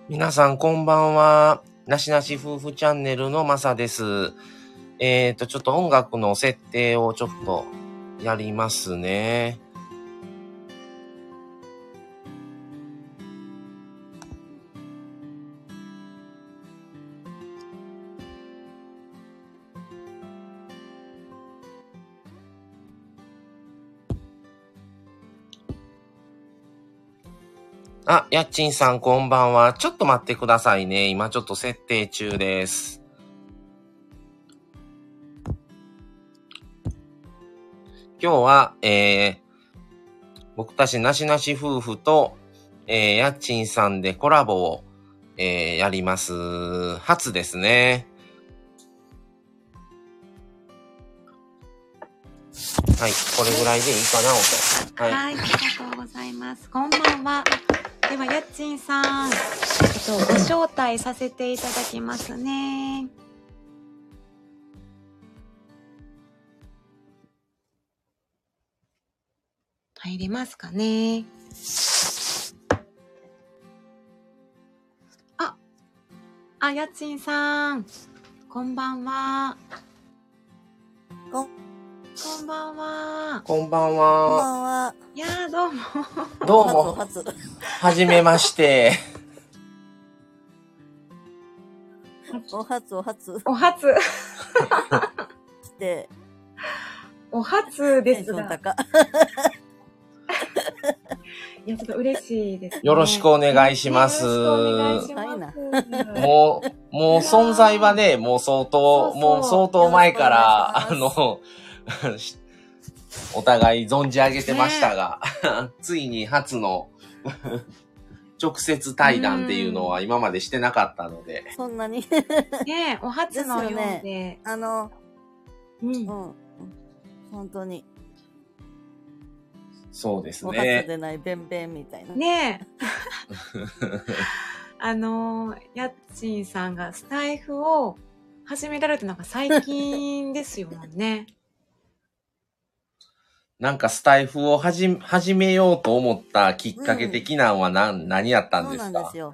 皆さんこんばんは。なしなし夫婦チャンネルのまさです。ちょっと音楽の設定をちょっとやりますね。あ、やっちんさんこんばんは。ちょっと待ってくださいね。今ちょっと設定中です。今日は、僕たちなしなし夫婦と、やっちんさんでコラボを、やります。初ですね。はい、これぐらいでいいかな、 音。はい、ありがとうございます。こんばんは。では、やっちんさん、ご招待させていただきますね。入れますかね。やっちんさん、こんばんは。こんばんは。 こんばんは。 いやー、どうも。 どうも。はじめまして。 お初。して。 お初ですが。いや、ちょっと嬉しいですね。 よろしくお願いします。もう存在はね、もう相当前から、お互い存じ上げてましたが、ついに初の直接対談っていうのは今までしてなかったので。 そんなにねえ、お初のようで。 ね、本当に。 そうですね。 お初でないベンベンみたいな。 ねえ。やっちんさんがスタイフを始められたのが最近ですよね。 なんかスタイフを始めようと思ったきっかけ的なのは何やったんですか？ そうなんですよ。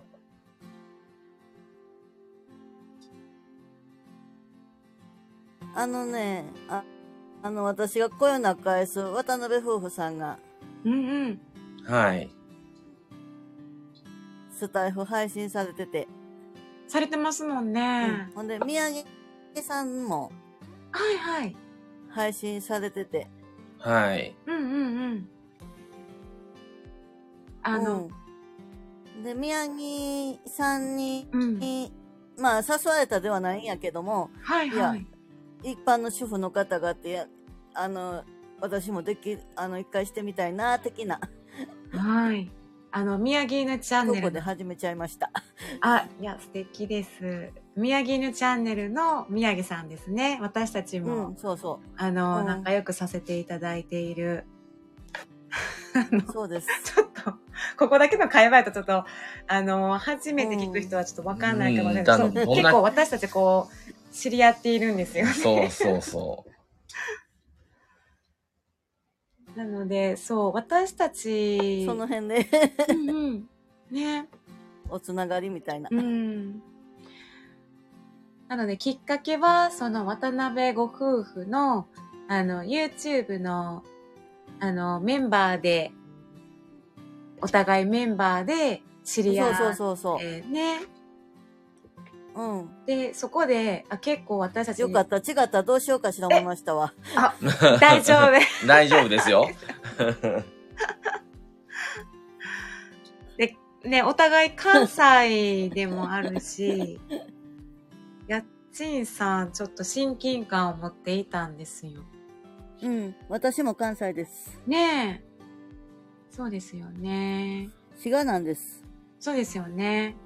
私がこよなく愛す渡辺夫婦さんが。 はい。 スタイフ配信されてて。 されてますもんね。 ほんで、宮城さんも。 はい。 配信されてて。 はい。 で、宮城さんに、まあ、誘われたではないんやけども、いや、一般の主婦の方がって、私も一回してみたいな、的な。 はい。宮城犬チャンネル。 ここで始めちゃいました。 いや、素敵です。宮城犬チャンネルの宮城さんですね。私たちも、仲良くさせていただいている。 そうです。 ちょっと、ここだけの会話だとちょっと、初めて聞く人はちょっとわかんないかもしれないけど、結構私たち知り合っているんですよね。 そう。 なので、私たち。 その辺でね。 おつながりみたいな。 なので、きっかけは、渡辺ご夫婦の、YouTube の、メンバーで、お互いメンバーで知り合って、 そう。 ね。で、そこで、結構私たち。 よかった、違ったらどうしようかしら思いましたわ。 大丈夫。 大丈夫ですよ。 で、ね、お互い関西でもあるし、やっちんさん、ちょっと親近感を持っていたんですよ。 私も関西です。 ねえ。そうですよね。 滋賀なんです。 そうですよね。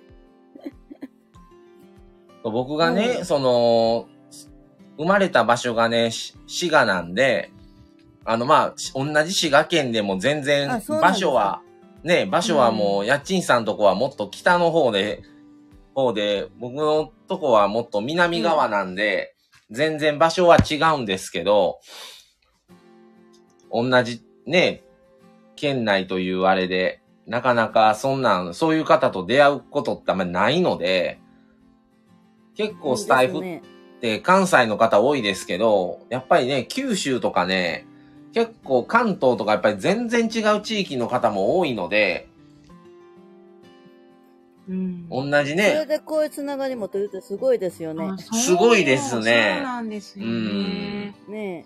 僕がね、生まれた場所がね、滋賀なんで、同じ滋賀県でも全然、場所はもう、やっちんさんとこはもっと北の方で、僕のとこはもっと南側なんで、全然場所は違うんですけど、同じね、県内というあれで、 なかなかそういう方と出会うことってあんまりないので、結構スタイフって関西の方多いですけど、やっぱりね、九州とかね、結構関東とかやっぱり全然違う地域の方も多いので、同じね。 それでこういうつながりもというとすごいですよね。 すごいですね。 そうなんですよね。 ね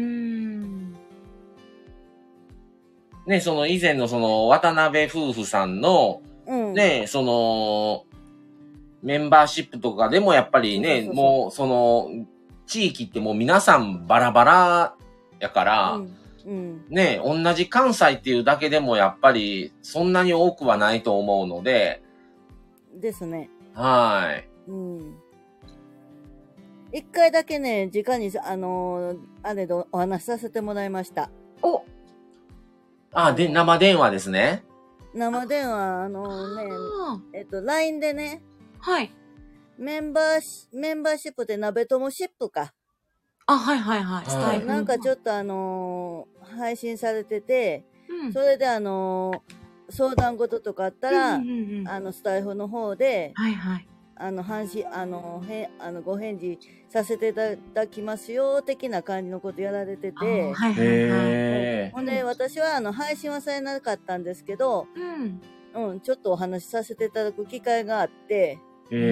ね、その以前のその渡辺夫婦さんの、ね、その、メンバーシップとかでもやっぱりね、もうその、地域ってもう皆さんバラバラやから、ね、同じ関西っていうだけでもやっぱりそんなに多くはないと思うので。 ですね。 はい。 一回だけね、直に、あれでお話しさせてもらいました。 で、生電話ですね。 生電話、LINE でね。 はい。 メンバーシップで鍋友シップか。 はいはいはい。 スタイル。なんかちょっと配信されてて、それで相談事とかあったら、スタイフの方で、 はいはい。 ご返事させていただきますよ、的な感じのことやられてて。 はいはいはい。 ほんで、私は配信はされなかったんですけど、ちょっとお話しさせていただく機会があって、 いい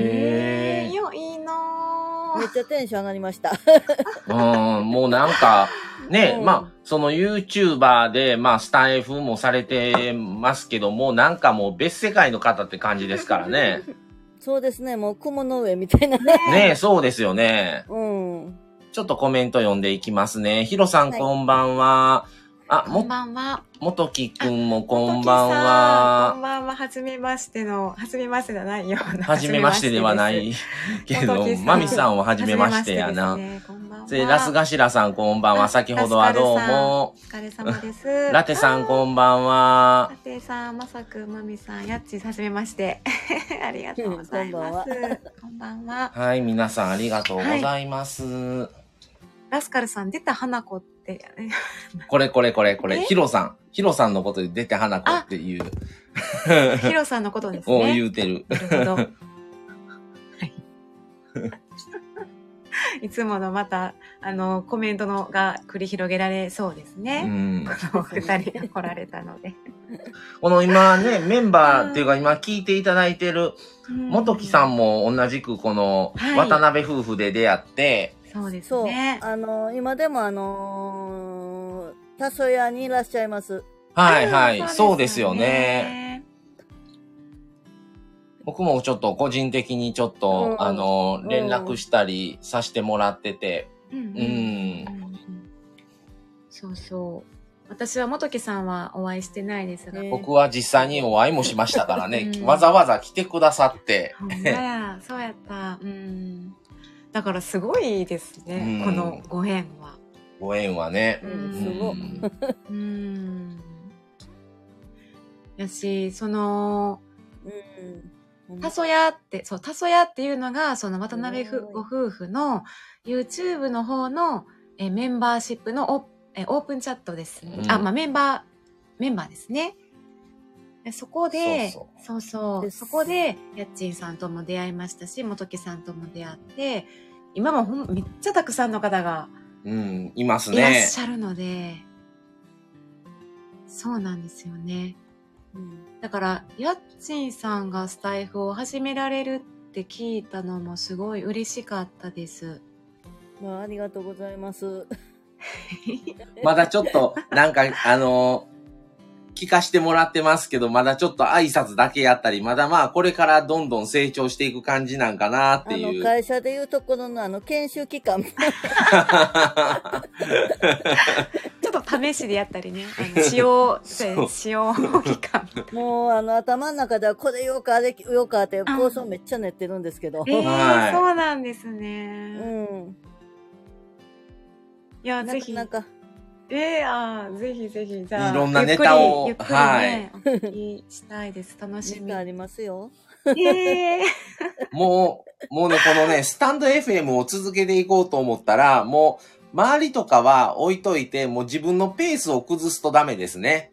なめっちゃテンション上がりました。 もうなんか、ね、その YouTuber で、スタイフもされてますけども、なんかもう別世界の方って感じですからね。 そうですね、もう雲の上みたいな。 ね、そうですよね。ちょっとコメント読んでいきますね。ヒロさん、こんばんは。 こんばんは。 もときくんもこんばんは。 こんばんは。はじめましてではないような。 はじめましてではないけど、まみさんははじめましてやな。ラスガシラさんこんばんは。先ほどはどうも。 お疲れ様です。 ラテさんこんばんは。 ラテさん、まさくん、まみさん、やっちー、はじめまして。ありがとうございます。こんばんは。 はい、皆さんありがとうございます。 ラスカルさん、出た花子って、 これ、ヒロさんのことで出て花子っていう。 ヒロさんのことですね。 を言うてる。 なるほど。はい。いつものまた、コメントが繰り広げられそうですね。この二人が来られたので。 この今ね、メンバーっていうか今聞いていただいてる、元木さんも同じくこの渡辺夫婦で出会って、 そうですね。 今でもタソヤにいらっしゃいます。 はいはい、そうですよね。僕もちょっと個人的にちょっと、連絡したりさせてもらってて。 そうそう。私は元木さんはお会いしてないですが。 僕は実際にお会いもしましたからね。わざわざ来てくださって。 ほんまや、そうやった。だからすごいですね、このご縁は。 ご縁はね。 すごい。 やし、タソヤっていうのが、その渡辺ご夫婦の YouTube の方のメンバーシップのオープンチャットですね。メンバーですね。そこで、そこで、やっちんさんとも出会いましたし、元木さんとも出会って、今もめっちゃたくさんの方が、 いますね。 いらっしゃるので、そうなんですよね。だから、やっちんさんがスタイフを始められるって聞いたのもすごい嬉しかったです。 ありがとうございます。 まだちょっと、なんか、聞かしてもらってますけど、まだちょっと挨拶だけやったり、まだこれからどんどん成長していく感じなんかなっていう。 会社でいうところの研修期間。ちょっと試しでやったりね。使用期間。 もう頭の中ではこれようか、あれようかって構想めっちゃ練ってるんですけど。 そうなんですね。いや、ぜひ。ぜひぜひ、じゃあ、 いろんなネタを、 ゆっくりね、お聞きしたいです。楽しみ。 ありますよ。 もうね、このね、スタンド FM を続けていこうと思ったら、もう、周りとかは置いといて、もう自分のペースを崩すとダメですね。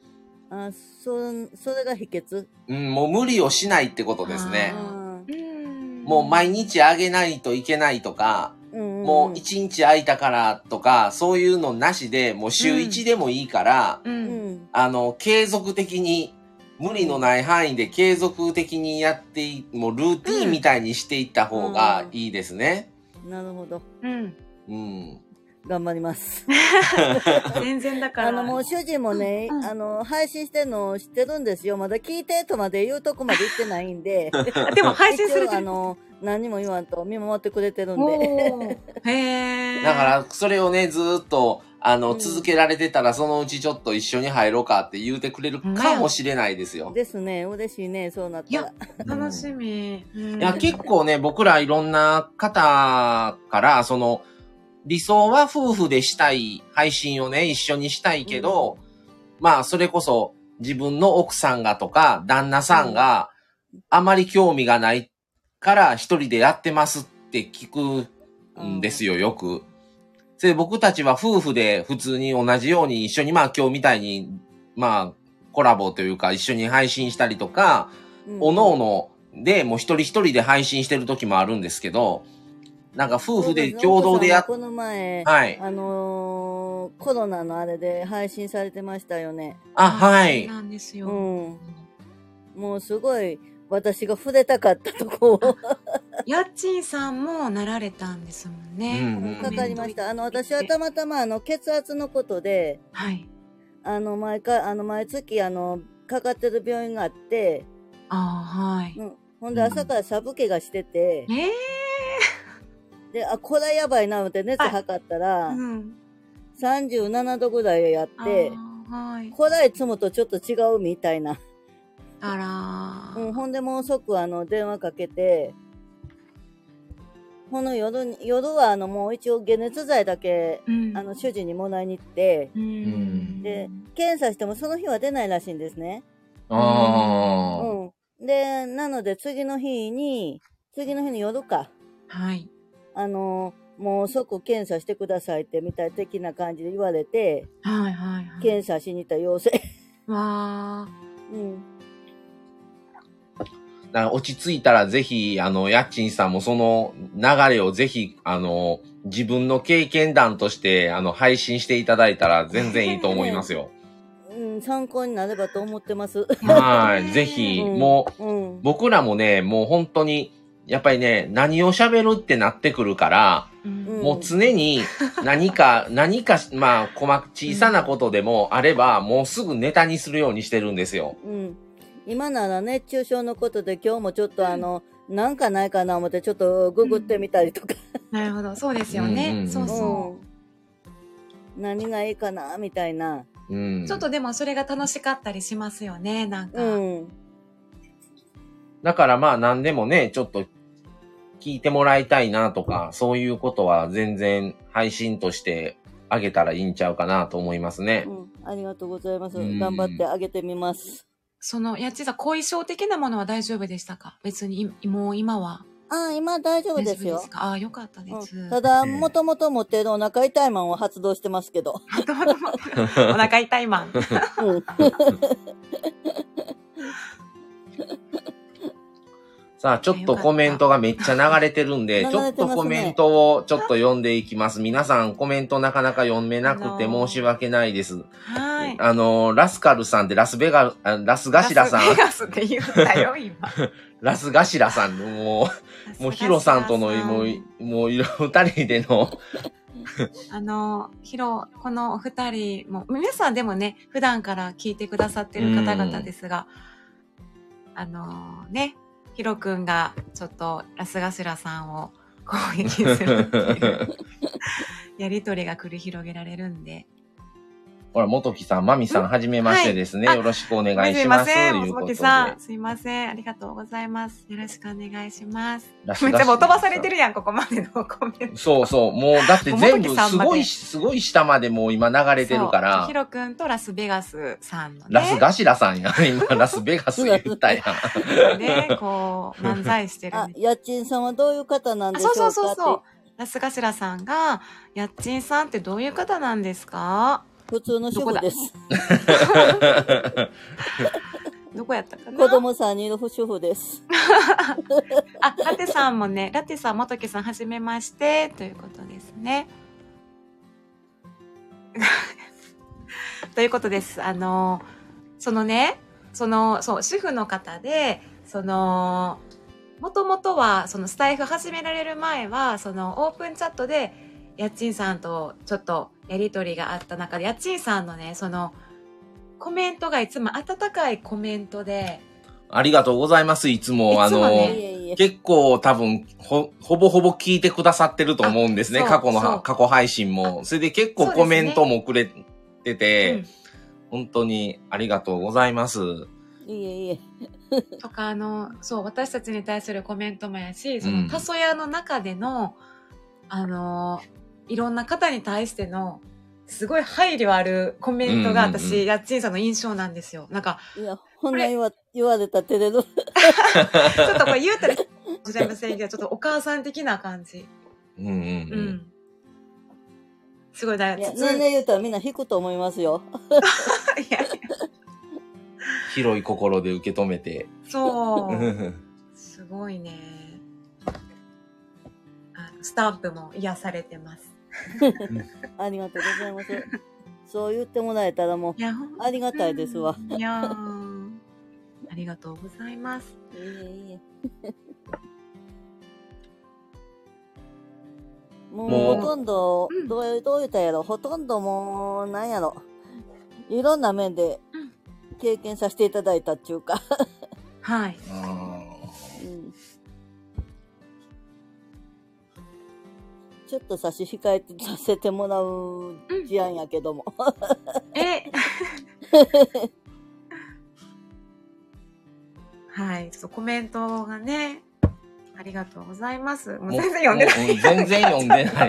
それが秘訣？ もう無理をしないってことですね。もう毎日あげないといけないとか、もう1日空いたからとか、そういうのなしで、もう週1でもいいから、継続的に、無理のない範囲で継続的にやってもうルーティーンみたいにしていった方がいいですね。 なるほど。頑張ります。 全然だから。 もう主人もね、配信してるのを知ってるんですよ。まだ聞いてとまで言うとこまで言ってないんで。 でも配信する何も言わんと見守ってくれてるんで。 へだから、それをね、ずーっと、続けられてたら、そのうちちょっと一緒に入ろうかって言うてくれるかもしれないですよ。 ですね。嬉しいね、そうなったら。いや、楽しみ。 いや、結構ね、僕らいろんな方から、理想は夫婦でしたい配信をね、一緒にしたいけど、まあ、それこそ自分の奥さんがとか、旦那さんがあまり興味がないから一人でやってますって聞くんですよ、よく。で、僕たちは夫婦で普通に同じように一緒に、まあ今日みたいに、まあ、コラボというか一緒に配信したりとか、おのおのでもう一人一人で配信してる時もあるんですけど、なんか夫婦で共同でやっ、 この前、 はい。 コロナのあれで配信されてましたよね。 はい。 そうなんですよ。 もうすごい、私が触れたかったとこを。 家賃さんもなられたんですもんね。 かかりました。私はたまたま血圧のことで、 はい。 毎月かかってる病院があって、 はい。 ほんで朝から寒気がしてて、で、これやばいなって熱測ったら、37度ぐらいやって、これいつもとちょっと違うみたいな。ほんでもう即電話かけて、この夜はもう一応解熱剤だけ、主人にもらいに行って、で、検査してもその日は出ないらしいんですね。で、なので次の日の夜か。 はい。 もう即検査してくださいってみたい的な感じで言われて、検査しに行った陽性。 わ落ち着いたらぜひ、やっちんさんもその流れをぜひ、自分の経験談として、配信していただいたら全然いいと思いますよ。 参考になればと思ってます。 はい。ぜひ、もう、僕らもね、もう本当に、やっぱりね、何を喋るってなってくるから、もう常に何か、まあ、小さなことでもあれば、もうすぐネタにするようにしてるんですよ。 今なら熱中症のことで今日もちょっとなんかないかな思ってちょっとググってみたりとか。 なるほど、そうですよね。そうそう。 何がいいかなみたいな。 ちょっとでもそれが楽しかったりしますよね、なんか。 だからまあ何でもね、ちょっと聞いてもらいたいなとか、そういうことは全然配信としてあげたらいいんちゃうかなと思いますね。 ありがとうございます。頑張ってあげてみます。 やっちさん、後遺症的なものは大丈夫でしたか？別に、もう今は。 今大丈夫ですよ。 よかったです。 ただ、もともと持っているお腹痛いマンを発動してますけど。 お腹痛いマン。 さあ、ちょっとコメントがめっちゃ流れてるんで、ちょっとコメントをちょっと読んでいきます。皆さんコメントなかなか読めなくて申し訳ないです。 はい。 ラスカルさんってラスガシラさん。 ラスベガスって言ったよ、今。 ラスガシラさん、もうヒロさんとの、もう二人での。 ヒロ、このお二人も、皆さんでもね、普段から聞いてくださってる方々ですが、ね、ヒロくんがちょっとラスガシラさんを攻撃するっていうやりとりが繰り広げられるんで。 ほら、元木さん、マミさん、はじめましてですね。よろしくお願いします。 すいません、元木さん。すいません。ありがとうございます。よろしくお願いします。めっちゃもう飛ばされてるやん、ここまでのコメント。 そうそう。もう、だって全部、すごい下までもう今流れてるから。 ヒロくんとラスベガスさんのね。 ラスガシラさんや。今、ラスベガス言ったやん。 ね、こう、漫才してる。 やっちんさんはどういう方なんでしょうか？ そう。ラスガシラさんが、やっちんさんってどういう方なんですか？ 普通の主婦です。 どこやったかな。 子供3人の主婦です。 あ、ラテさんもね、ラテさん、もとけさん、はじめまして、ということですね。ということです。そのね、そう、主婦の方で、もともとは、スタイフ始められる前は、オープンチャットで、やっちんさんとちょっとやりとりがあった中で、やっちんさんのね、コメントがいつも温かいコメントで。 ありがとうございます。いつも、結構多分、ほぼほぼ聞いてくださってると思うんですね。過去配信も。それで結構コメントもくれてて、本当にありがとうございます。 いえいえ。 とか、そう、私たちに対するコメントもやし、タソヤの中での、いろんな方に対しての、すごい配慮あるコメントが私、やっちんさんの印象なんですよ。なんか。 いや、こんな言われた照れる。ちょっとこれ言うたらございませんけど、ちょっとお母さん的な感じ。すごい大事。年齢言うたらみんな引くと思いますよ。 いや広い心で受け止めて。 そう。すごいね。スタンプも癒されてます。 ありがとうございます。そう言ってもらえたらもう、ありがたいですわ。 いやありがとうございます。 いえいえ。もうほとんど、どう言ったやろ、ほとんどもう、なんやろ、いろんな面で経験させていただいたっていうか。 はい。 ちょっと差し控えさせてもらう事案やけども。 はい、ちょっとコメントがね、ありがとうございます。もう全然読んでない。 全然読んでない。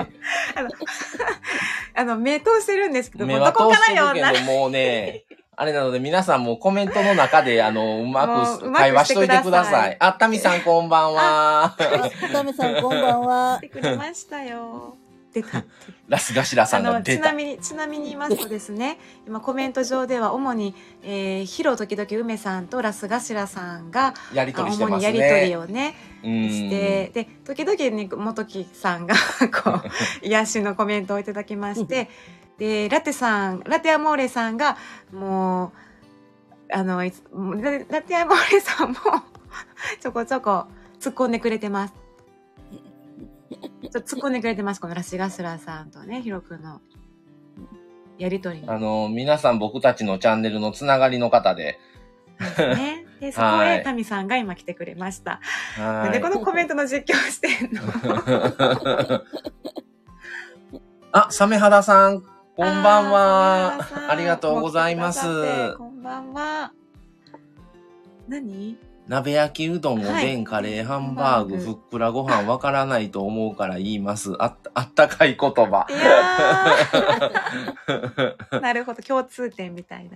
目通してるんですけど、 目は通してるけど、もうね、あれなので皆さんもコメントの中で、うまく会話しといてください。あ、タミさんこんばんは。 タミさんこんばんは。 来てくれましたよ。出た。 ラスガシラさんが出た。 ちなみに言いますとですね、今コメント上では主に、ヒロ時々梅さんとラスガシラさんが、 やりとりしてますね。 主にやりとりをね、して、で、時々ね、元木さんが、癒しのコメントをいただきまして、で、ラテアモーレさんが、もう、ラテアモーレさんも、ちょこちょこ突っ込んでくれてます。突っ込んでくれてます。このラシガスラさんとね、ヒロ君のやりとり。 皆さん僕たちのチャンネルのつながりの方で。 ね。で、そこへタミさんが今来てくれました。で、このコメントの実況してんのあ、サメハダさん、こんばんは。ありがとうございます。 こんばんは。何？ 鍋焼きうどん、おでん、カレー、ハンバーグ、ふっくらご飯わからないと思うから言います。あったかい言葉。 いやーなるほど、共通点みたいな。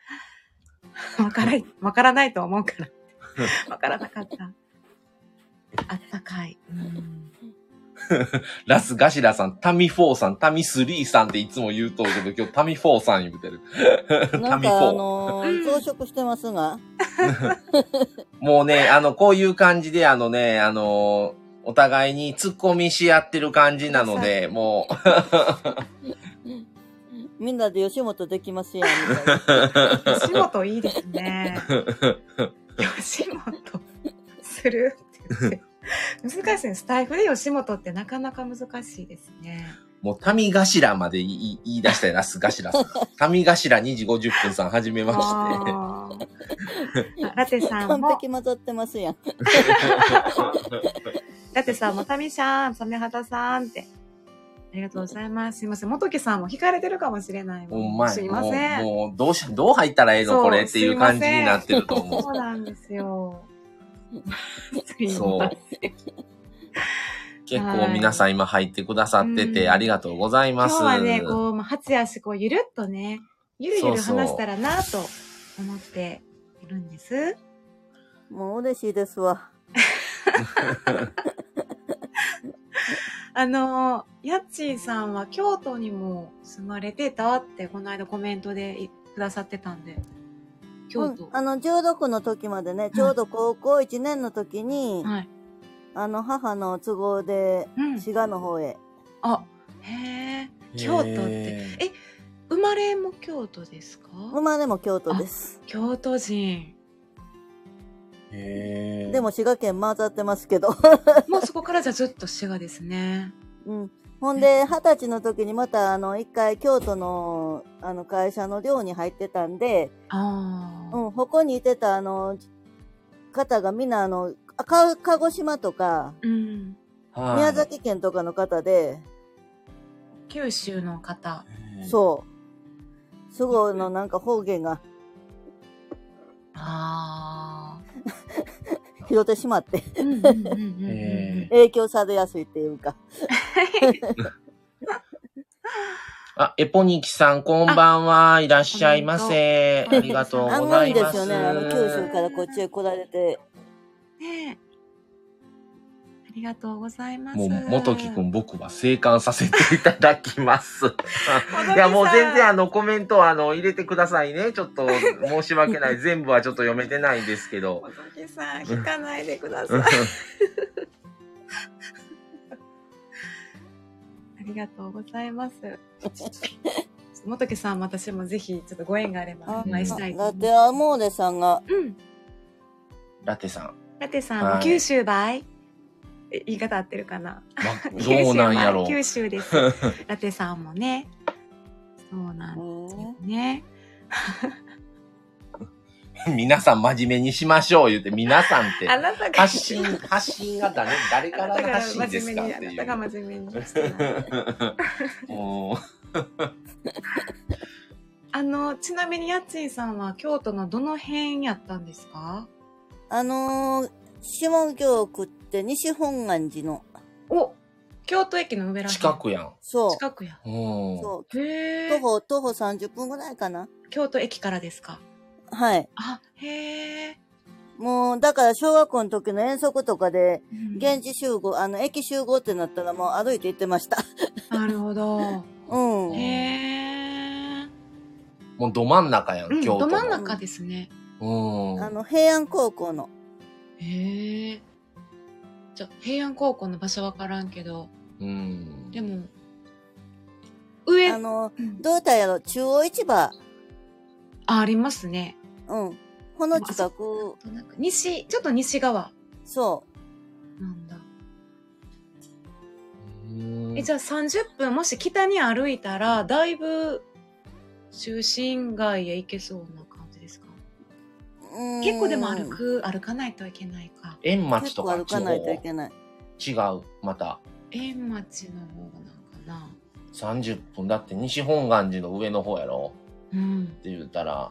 わからないと思うから。わからなかった。あったかい。 ラスガシラさん、タミ4さん、タミ3さんっていつも言うとるけど、今日タミ4さん言うてる。 なんか増殖してますが。 もうね、こういう感じでお互いに突っ込みし合ってる感じなので、もう。みんなで吉本できますやん。 吉本いいですね。吉本するって言って。難しいね。スタイフで吉本ってなかなか難しいですね。 もう、タミ頭まで言い出したよ、ラス頭さん。タミ頭2時50分さん、はじめまして。 ラテさんも。 完璧混ざってますやん。 ラテさんも、タミさん、サメハタさんって。ありがとうございます。すいません。元木さんも惹かれてるかもしれない。すいません。 もう、どう入ったらええのこれっていう感じになってると思う。 そうなんですよ。 そう。結構皆さん今入ってくださっててありがとうございます。 今日はね、初やし、ゆるっとね、ゆるゆる話したらなと思っているんです。 もう嬉しいですわ。 やっちーさんは京都にも住まれてたってこの間コメントでくださってたんで。京都。 16の時までね、ちょうど高校1年の時に、 はい、 母の都合で、滋賀の方へ。 あ、へえ、京都って。生まれも京都ですか？ 生まれも京都です。 京都人。 でも滋賀県混ざってますけど。 もうそこからじゃずっと滋賀ですね。 うん。ほんで、20歳の時にまた、一回京都の、会社の寮に入ってたんで、ここにいてた、方がみんな、鹿児島とか、宮崎県とかの方で、 九州の方。 そう。すごいのなんか方言が。拾ってしまって。影響されやすいっていうか。 あ、エポニキさん、こんばんは。いらっしゃいませ。ありがとうございます。 案外ですよね。九州からこっちへ来られて。ねえ。 ありがとうございます。 もう、元木くん、僕は生還させていただきます。いや、もう全然コメント入れてくださいね。ちょっと申し訳ない。全部はちょっと読めてないんですけど。 元木さん、引かないでください。ありがとうございます。元木さん、私もぜひ、ちょっとご縁があれば、お会いしたいと思います。 ラテアモーデさんが。 ラテさん。 ラテさん、九州バイ言い方合ってるかな、 どうなんやろう。 九州です。ラテさんもね。そうなんですよね。 皆さん真面目にしましょう言って、皆さんって。 あなたが発信が誰からの発信ですかっていう。 あなたが真面目にしてないちなみにやっちーさんは京都のどの辺やったんですか？ 下京区って西本願寺の。 京都駅の上らへん。 近くやん。 そう。 近くや。 そう。 へー。 徒歩30分ぐらいかな。 京都駅からですか？ はい。 へー。 もう、だから小学校の時の遠足とかで、現地集合、駅集合ってなったらもう歩いて行ってました。 なるほど。へー。 もうど真ん中やん、京都の。 ど真ん中ですね。 平安高校の。 へえ。じゃ平安高校の場所わからんけど。でも上どうだやろ、中央市場。 ありますね。 この近く。 ちょっと西側。 そう。 なんだ。じゃあ30分もし北に歩いたらだいぶ中心街へ行けそうな感じですか？結構でも歩かないといけないか。 円町とか歩かないといけない。 違う、また。 円町の方なんかな。 30分だって西本願寺の上の方やろ。って言ったら。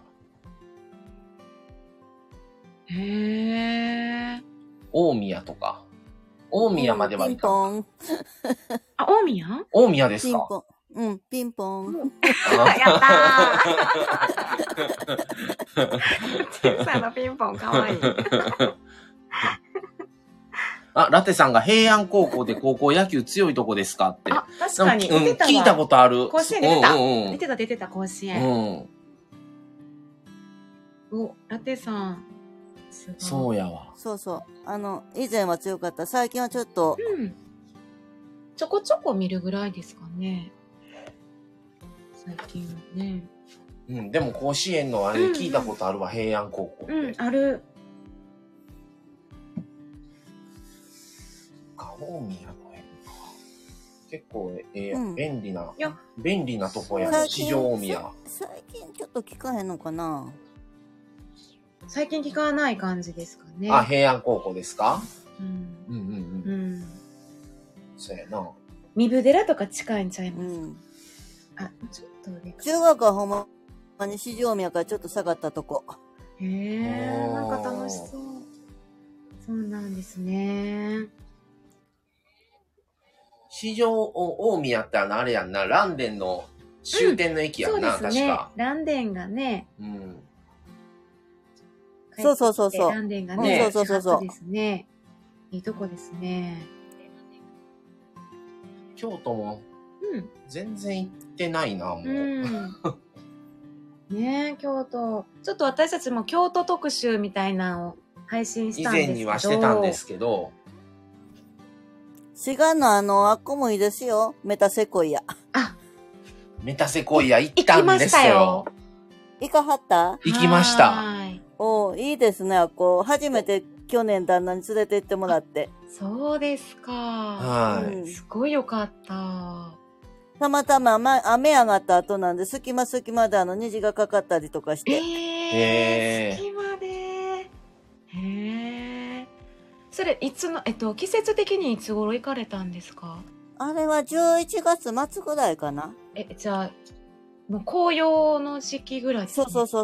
へー。 大宮とか。大宮までは行かん。 大宮？ 大宮ですか？ ピンポン。 やったー。小さなピンポンかわいい。 ラテさんが平安高校で高校野球強いとこですかって。 確かに。 聞いたことある。 甲子園出てた、甲子園。ラテさん。 そうやわ。 そうそう。以前は強かった。最近はちょっと。 ちょこちょこ見るぐらいですかね。最近はね。 でも甲子園のあれ聞いたことあるわ、平安高校って。 ある。 大宮の辺か。結構便利なとこやね。四条大宮。 最近ちょっと聞かへんのかな。 最近聞かない感じですかね。 平安高校ですか？そうやな。 三部寺とか近いんちゃいますか？ちょっとね。 中学はほんまに四条大宮からちょっと下がったとこ。 へえ、なんか楽しそう。そうなんですね。 四条大宮ってあれやんな、嵐電の終点の駅やんな、 そうですね。 確か。 嵐電がね。 そうそうそうそう。 嵐電がね。 そう。 ですね。いいとこですね。 京都も、全然行ってないな、もう。 ねえ、京都。ちょっと私たちも京都特集みたいなのを配信したんですけど。 以前にはしてたんですけど。 滋賀のあっこもいいですよ。メタセコイア。 あ、 メタセコイア行ったんですよ。 行かはった？ 行きました。 おいいですね、あっこ。初めて去年旦那に連れて行ってもらって。 そうですか。 はい。 すごいよかった。 たまたま雨上がった後なんで、隙間で虹がかかったりとかして。 隙間で。へえ。それ、いつの、季節的にいつ頃行かれたんですか？ あれは11月末ぐらいかな。 じゃあ、もう紅葉の時期ぐらいですね。 そう。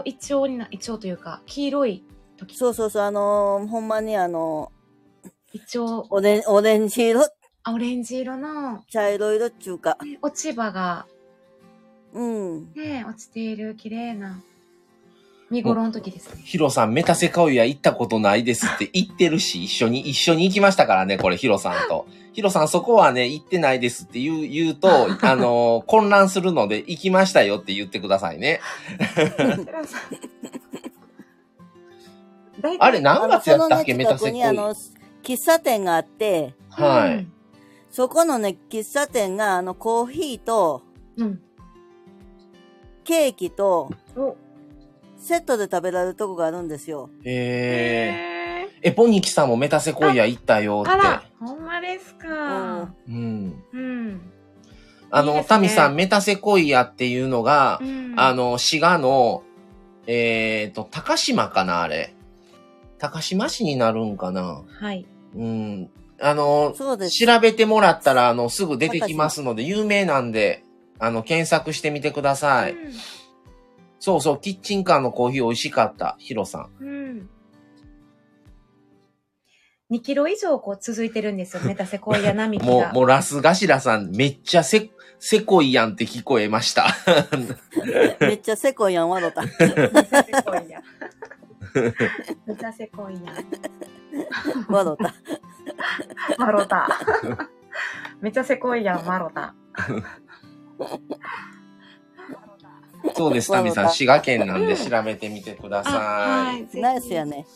イチョウというか、黄色い時。 そう、ほんまにイチョウ。 オレンジ色。 オレンジ色の。 茶色色っちゅうか。 落ち葉が。 ね落ちている綺麗な。見頃の時ですね。 ヒロさん、メタセコイア行ったことないですって言ってるし、一緒に行きましたからね、これ、ヒロさんと。ヒロさん、そこはね、行ってないですって言うと、混乱するので、行きましたよって言ってくださいね。あれ、何月やったっけ、メタセコイア。 喫茶店があって、 はい。 そこのね、喫茶店が、コーヒーと、ケーキと、セットで食べられるとこがあるんですよ。 ポニキさんもメタセコイア行ったよって。 あら、ほんまですか。 タミさん、メタセコイアっていうのが、滋賀の、高島かな、あれ。高島市になるんかな。 はい。 調べてもらったら、すぐ出てきますので、有名なんで、検索してみてください。そうそう、キッチンカーのコーヒー美味しかった。ヒロさん。 2キロ以上続いてるんですよ、メタセコイア並木が。 もうラスガシラさん、めっちゃセコイやんって聞こえました。 めっちゃセコイやん、わろた。 めっちゃセコイやん。めっちゃセコイやん。 わろた。 わろた。めっちゃセコイやん、わろた。 そうです、タミさん。滋賀県なんで調べてみてください。 ナイスやね。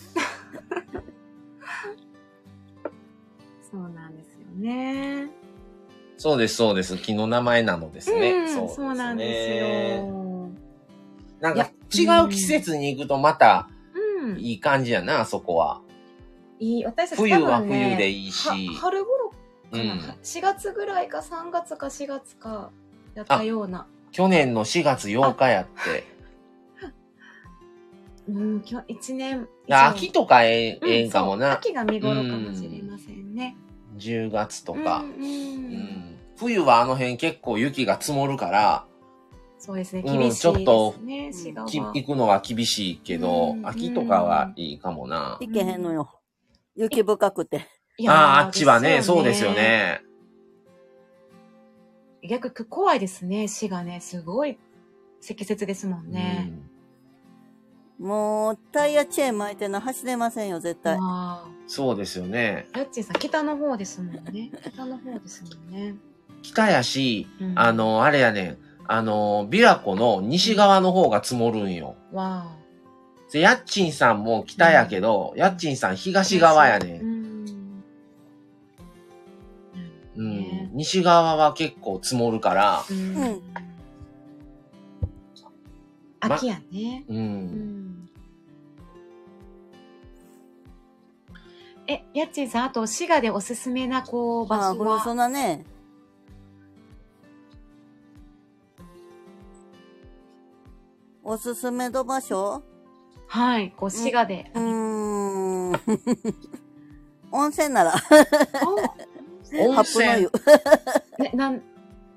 そうなんですよね。 そうです、木の名前なのですね。 そうなんですよ。 なんか違う季節に行くとまたいい感じやな、そこは。 私たち冬は冬でいいし。 春頃かな、4月ぐらいか3月か4月かやったような。 去年の4月8日やって。 1年。 秋とかええんかもな。 秋が見頃かもしれませんね。 10月とか。冬はあの辺結構雪が積もるから、 そうですね、厳しいですね。 ちょっと行くのは厳しいけど、秋とかはいいかもな。 行けへんのよ。雪深くて。 あっちはね、そうですよね。 逆に怖いですね、滋賀ね。すごい積雪ですもんね。 もう、タイヤチェーン巻いて走れませんよ、絶対。 そうですよね。 やっちーさん、北の方ですもんね。北の方ですもんね。 北やし、あれやねん。琵琶湖の西側の方が積もるんよ。で、やっちんさんも北やけど、やっちんさん東側やねん。西側は結構積もるから。 秋やね。やっちんさん、あと滋賀でおすすめな場所は？ そんなね。おすすめの場所？ はい、滋賀で。 温泉なら。 温泉。 ハップの湯。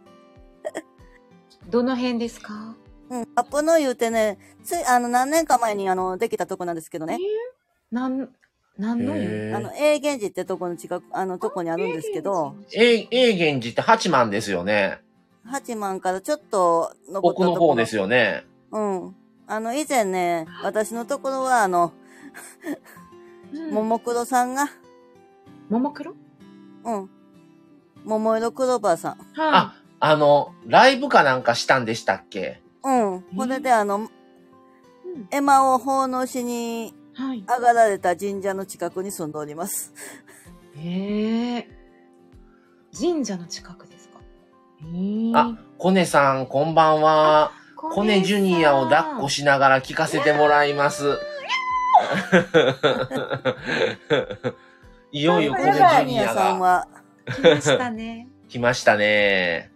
どの辺ですか？ ハップの湯ってね、何年か前にできたとこなんですけどね。 何の湯？ 永源寺ってとこの近く、とこにあるんですけど。 永源寺って八幡ですよね。 八幡からちょっと登ったところ。 奥の方ですよね。 以前ね、私のところはももクロさんが。 ももクロ？ 桃色クローバーさん。 あ、ライブかなんかしたんでしたっけ？ うん。これで絵馬を奉納しに上がられた神社の近くに住んでおります。 へえ。神社の近くですか？ あ、コネさん、こんばんは。コネジュニアを抱っこしながら聞かせてもらいます。いよいよコネジュニアが。 来ましたね。 来ましたね。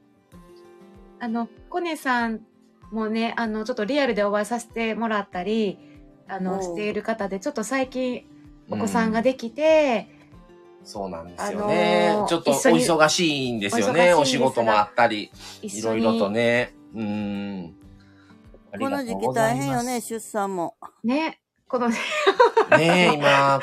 コネさんもね、ちょっとリアルでお会いさせてもらったり、している方で、ちょっと最近お子さんができて、 そうなんですよね。ちょっとお忙しいんですよね。お仕事もあったり、いろいろとね。 この時期大変よね、出産も。 ね、このねえ、今。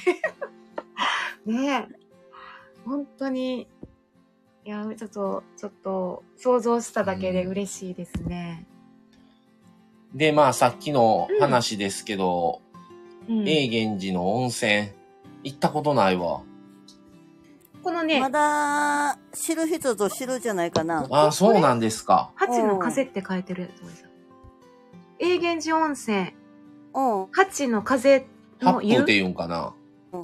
ねえ、本当に、いや、ちょっと、想像しただけで嬉しいですね。 で、まあ、さっきの話ですけど、永源寺の温泉、行ったことないわ。 このね、 まだ、知る人ぞ知るじゃないかな。 あ、そうなんですか。 八の風って書いてるやつですよ。永源寺温泉。八の風の湯。 八風って言うんかな。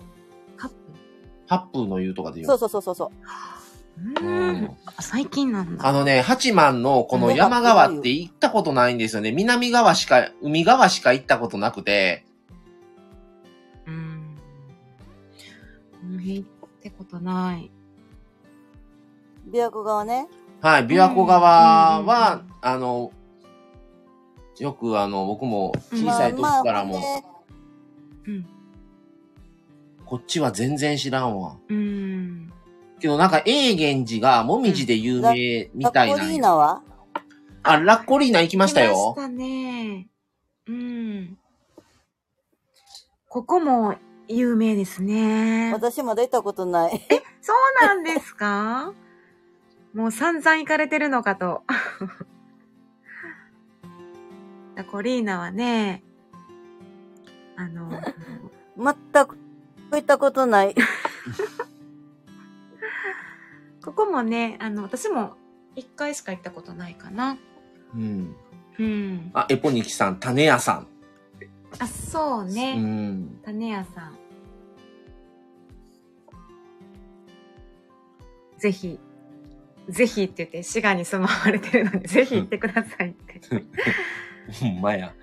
八風の湯とかで言う。そう。 最近なんだ。 八幡のこの山川って行ったことないんですよね。海側しか行ったことなくて。 行ってことない。 琵琶湖側ね。 はい、琵琶湖側は、よく僕も小さい時からも、こっちは全然知らんわ。けどなんか永源寺がもみじで有名みたいな。 ラッコリーナは？ あ、ラッコリーナ行きましたよ。 行きましたね。ここも有名ですね。 私まだ行ったことない。 そうなんですか？もう散々行かれてるのかと。ラコリーナはね、 全く行ったことない。 ここもね、私も一回しか行ったことないかな。 あ、エポニキさん、種屋さん。 あ、そうね。種屋さん。ぜひって言って、滋賀に住まわれてるので、ぜひ行ってくださいって。 ほんまや。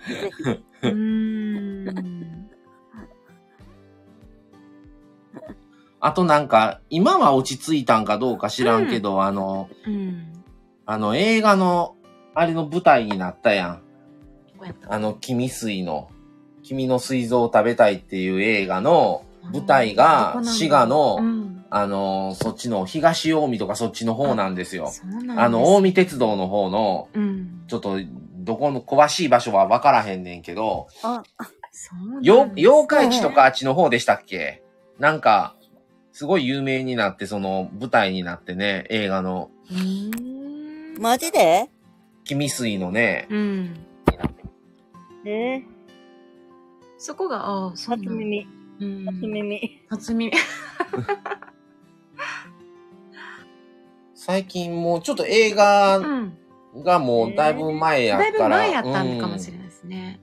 あとなんか、今は落ち着いたんかどうか知らんけど、映画の、あれの舞台になったやん。君の膵臓を食べたいっていう映画の舞台が、滋賀の、そっちの東近江とかそっちの方なんですよ。近江鉄道の方の、ちょっと、どこの詳しい場所は分からへんねんけど、妖怪地とかあっちの方でしたっけ？なんか、すごい有名になって、その舞台になってね、映画の。 マジで？ 君水のね。 そこが、 初耳。 初耳。 最近もうちょっと映画がもうだいぶ前やから。 だいぶ前やったのかもしれないですね。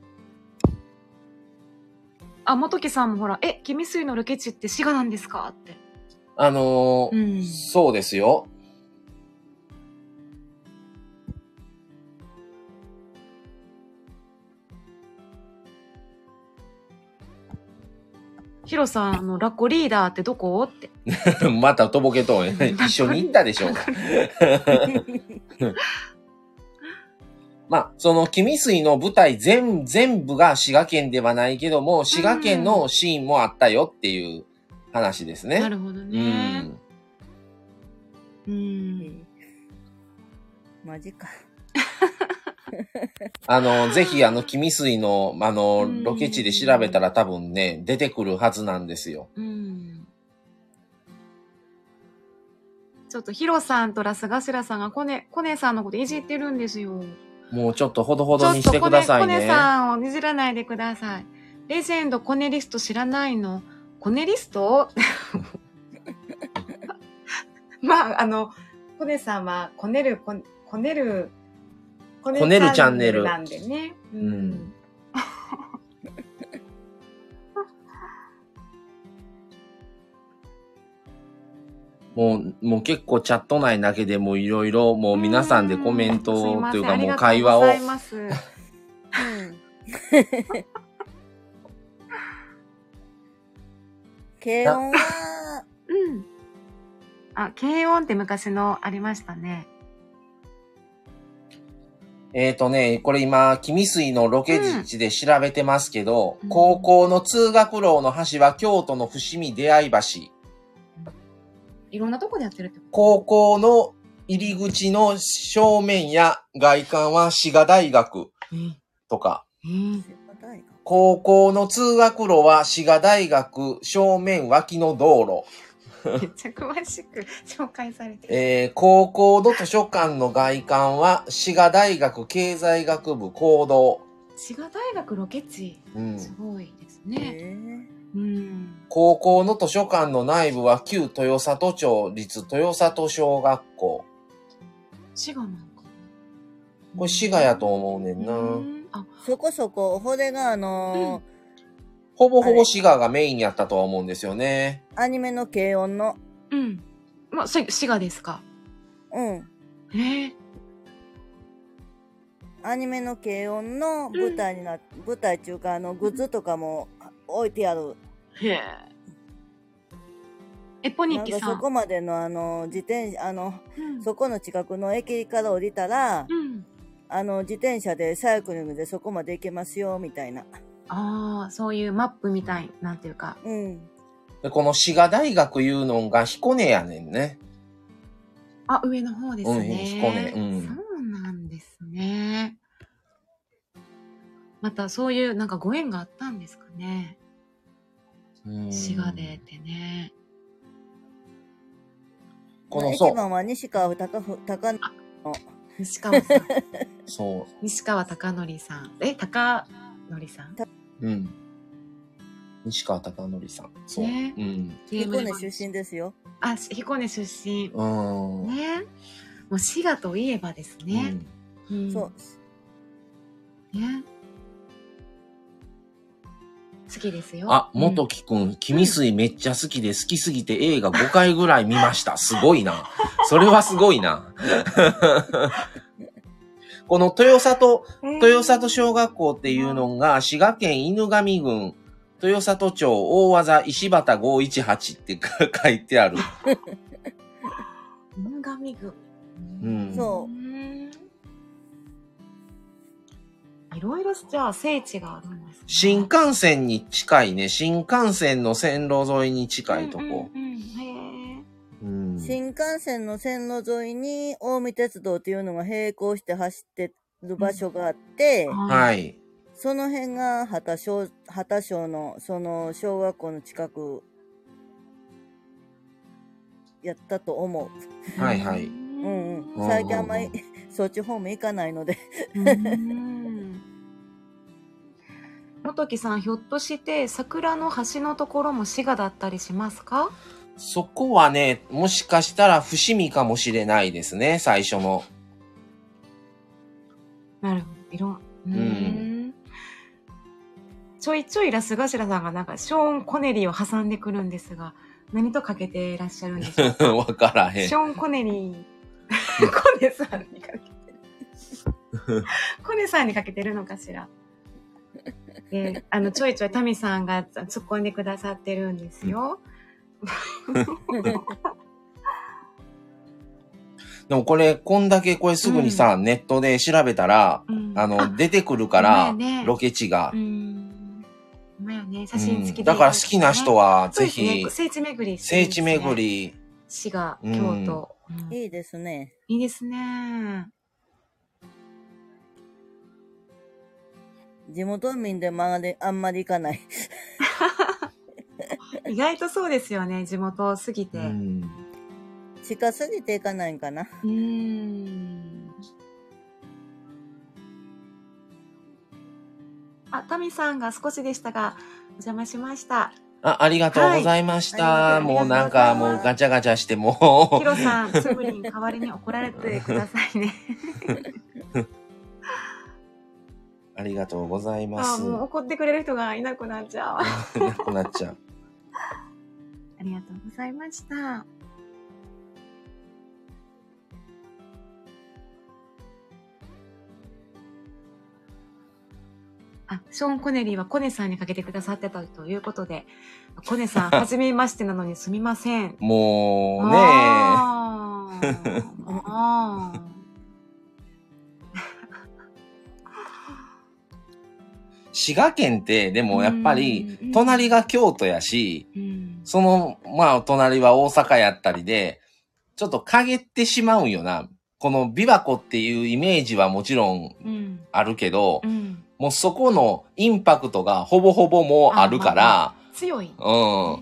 あ、元木さんもほら、君水のロケ地って滋賀なんですかって。 そうですよ。 ヒロさん、ラッコリーダーってどこって。 またとぼけとん一緒に行ったでしょ。まあ、その、君水の舞台全部が滋賀県ではないけども、滋賀県のシーンもあったよっていう話ですね。 なるほどね。 マジか。 ぜひ君水の、ロケ地で調べたら多分ね、出てくるはずなんですよ。 ちょっとヒロさんとラスガシラさんがコネさんのこといじってるんですよ。 もうちょっとほどほどにしてくださいね。 コネさんをいじらないでください。レジェンドコネリスト知らないの？コネリスト？ まあ、コネさんは、こねるチャンネルなんでね。うん。 もう結構チャット内だけでもいろいろもう皆さんでコメントというかもう会話を。ありがとうございます。 軽音は、 うん。あ、軽音って昔のありましたね。 これ今、君水のロケ地で調べてますけど、高校の通学路の橋は京都の伏見出会い橋。 いろんなとこでやってるってこと？ 高校の入り口の正面や外観は滋賀大学とか。高校の通学路は滋賀大学正面脇の道路。 めっちゃ詳しく紹介されてる。高校の図書館の外観は滋賀大学経済学部講堂。 滋賀大学ロケ地、すごいですね。 高校の図書館の内部は旧豊里町立豊里小学校。 滋賀なんかこれ滋賀やと思うねんな。 そこそこ、これがほぼほぼ滋賀がメインやったとは思うんですよね。 アニメの軽音の。 まあ、滋賀ですか。 アニメの軽音の舞台舞台っていうか、グッズとかも置いてある。 ポニッキさん。 そこまでの自転車、そこの近くの駅から降りたら、自転車でサイクリングでそこまで行けますよ、みたいな。 ああ、そういうマップみたい、なんていうか。 でこの滋賀大学いうのが彦根やねんね。 あ、上の方ですね。 彦根。 そうなんですね。またそういうなんかご縁があったんですかね。滋賀でってね。 この一番は西川貴の。 西川さん。 そう。 西川貴則さん。貴則さん。 西川貴則さん。そう。 彦根出身ですよ。 あ、彦根出身。ね。もう滋賀といえばですね。 そう。 ね。好きですよ。 あ、元木くん、君水めっちゃ好きで好きすぎて映画5回ぐらい見ました。すごいな。それはすごいな。この豊里小学校っていうのが滋賀県犬上郡豊里町大技石畑518って書いてある。 犬上郡。 そう。 いろいろじゃあ聖地があるんですね。 新幹線に近いね。新幹線の線路沿いに近いとこ。 新幹線の線路沿いに近江鉄道っていうのが並行して走ってる場所があって、その辺が畑小のその小学校の近くやったと思う。 はいはい。 最近あんまりそっち方面行かないので。 元木さん、ひょっとして桜の橋のところも滋賀だったりしますか？ そこはね、もしかしたら伏見かもしれないですね、最初の。 なるほど。ちょいちょいラスガシラさんがなんかショーン・コネリーを挟んでくるんですが、何とかけていらっしゃるんでしょうか？ わからへん。 ショーン・コネリー。コネさんにかけてる。コネさんにかけてるのかしら。ちょいちょいタミさんが突っ込んでくださってるんですよ。 でもこれだけこれすぐにさ、ネットで調べたら、出てくるから、ロケ地が。 写真付きで、 だから好きな人はぜひ、 聖地巡り。 聖地巡り。 滋賀、京都。 いいですね。 いいですね。 地元民でもあんまり行かない。 意外とそうですよね、地元すぎて。 近すぎて行かないんかな。 タミさんが少しでしたが、お邪魔しました。 ありがとうございました。もうなんかもうガチャガチャしてもう。 ヒロさん、すぐに代わりに怒られてくださいね。 ありがとうございます。 もう怒ってくれる人がいなくなっちゃう。 いなくなっちゃう。 ありがとうございました。ショーン・コネリーはコネさんにかけてくださってたということで、コネさん、はじめましてなのにすみません。 もうね滋賀県って、でもやっぱり、隣が京都やし、その、まあ、隣は大阪やったりで、ちょっと陰ってしまうんよな。この琵琶湖っていうイメージはもちろんあるけど、もうそこのインパクトがほぼほぼもうあるから、 強い。 大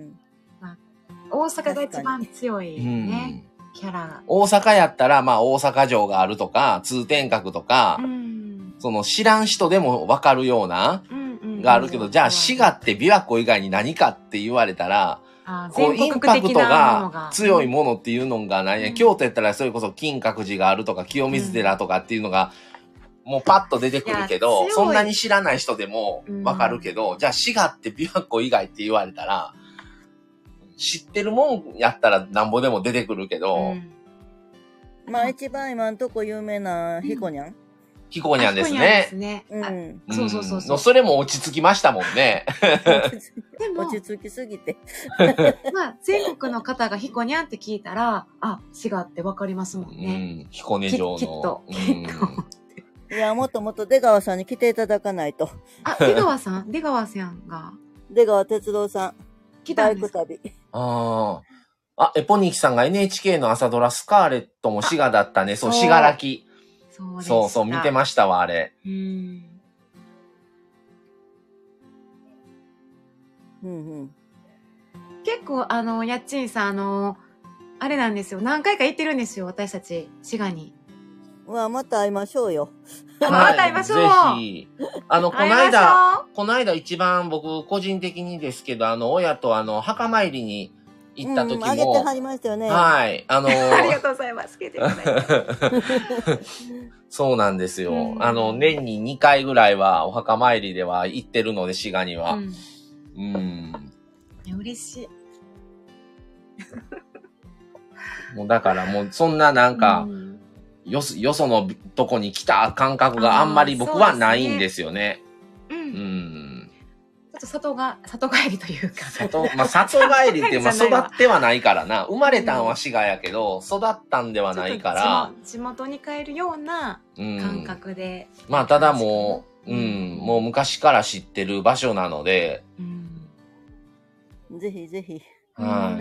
阪が一番強いね、キャラが。 大阪やったら、まあ大阪城があるとか、通天閣とか、その知らん人でもわかるような、があるけど、じゃあ滋賀って琵琶湖以外に何かって言われたら、こうインパクトが強いものっていうのがない、京都やったらそれこそ金閣寺があるとか、清水寺とかっていうのが、もうパッと出てくるけど、そんなに知らない人でもわかるけど、じゃあ滋賀って琵琶湖以外って言われたら、知ってるもんやったらなんぼでも出てくるけど。 まあ一番今んとこ有名なヒコニャン。 ヒコニャンですね。そう。それも落ち着きましたもんね。 でも落ち着きすぎて。 まあ全国の方がヒコニャンって聞いたら、滋賀ってわかりますもんね。 彦根城の。 きっと。 いや、もっともっと出川さんに来ていただかないと。 出川さんが。 出川哲郎さん。バイク旅。 エポニキさんが NHK の朝ドラスカーレットも滋賀だったね。そう、滋賀らき。そう、見てましたわ、あれ。 結構、やっちんさん、あれなんですよ。何回か行ってるんですよ、私たち、滋賀に。 また会いましょうよ。 また会いましょう。ぜひ。この間一番僕、個人的にですけど、親と墓参りに行った時も。 あげてはりましたよね。 はい。 ありがとうございます。 そうなんですよ。年に2回ぐらいはお墓参りでは行ってるので、滋賀には。 嬉しい。 もうだからもう、そんななんか、よそのとこに来た感覚があんまり僕はないんですよね。 ちょっと里帰りというか。 里帰りって育ってはないからな。生まれたんは滋賀やけど、育ったんではないから。 地元に帰るような感覚で。 まあただもう、もう昔から知ってる場所なので。 ぜひぜひ。 はい。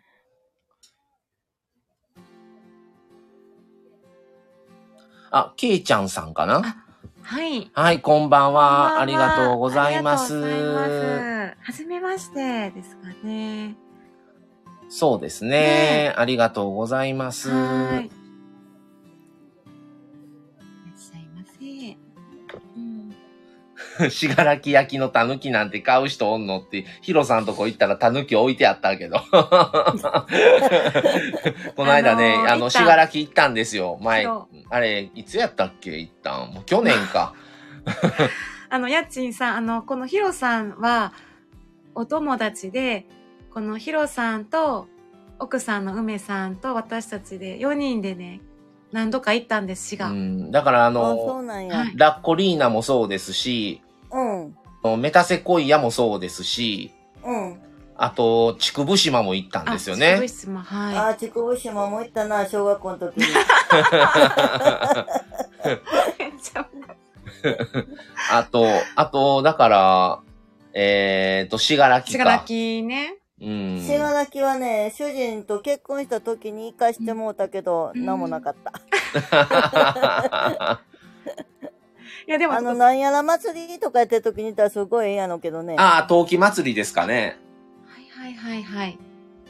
ケイちゃんさんかな？ はい。 はい、こんばんは。ありがとうございます。 はじめましてですかね。 そうですね。ありがとうございます。はい。いらっしゃいませ。信楽焼きのたぬきなんて買う人おんのって、ヒロさんとこ行ったらたぬき置いてあったけど。この間ね、信楽行ったんですよ。前。あれ、いつやったっけ行ったん。もう去年か。 やっちんさん、このヒロさんは、お友達で、このヒロさんと、奥さんの梅さんと私たちで4人でね、何度か行ったんです、滋賀。 だからそうなんや。 ラッコリーナもそうですし、メタセコイアもそうですし、あと、竹生島も行ったんですよね。 竹生島、はい。 竹生島も行ったな、小学校の時に。 あと、だから、信楽か。 信楽ね。 信楽はね、主人と結婚した時に行かしてもうたけど、なんもなかった。 いやでもなんやら祭りとかやってる時に行ったらすごいええやのけどね。 陶器祭りですかね。 はい。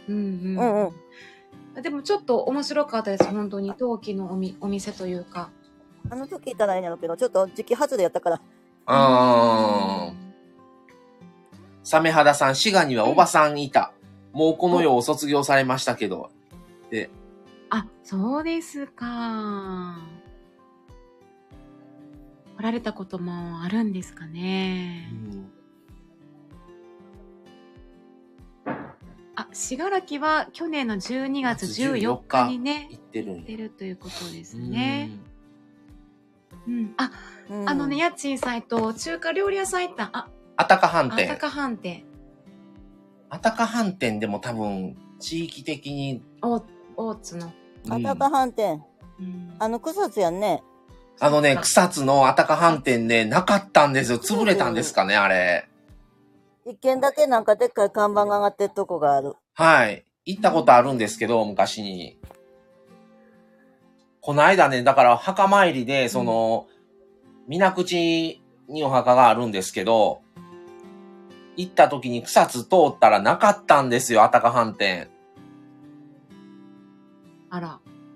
でもちょっと面白かったです、本当に。陶器のお店というか。 あの時行ったらいいんやろうけど、ちょっと時期外れやったから。 サメ肌さん、滋賀にはおばさんいた。もうこの世を卒業されましたけど。で、 あ、そうですか。来られたこともあるんですかね。あ、信楽は去年の12月14日にね、行ってるということですね。うん。あ、家賃サイト、中華料理屋さん行った。 あたか飯店。 あたか飯店。 あたか飯店でも多分、地域的に。 大津の。 あたか飯店。草津やんね。 草津のあたか飯店ね、なかったんですよ。潰れたんですかね、あれ。 一軒だけなんかでっかい看板が上がってるとこがある。 はい。行ったことあるんですけど、昔に。この間ね、だから墓参りで、水口にお墓があるんですけど、行った時に草津通ったらなかったんですよ、あたか飯店。 あら。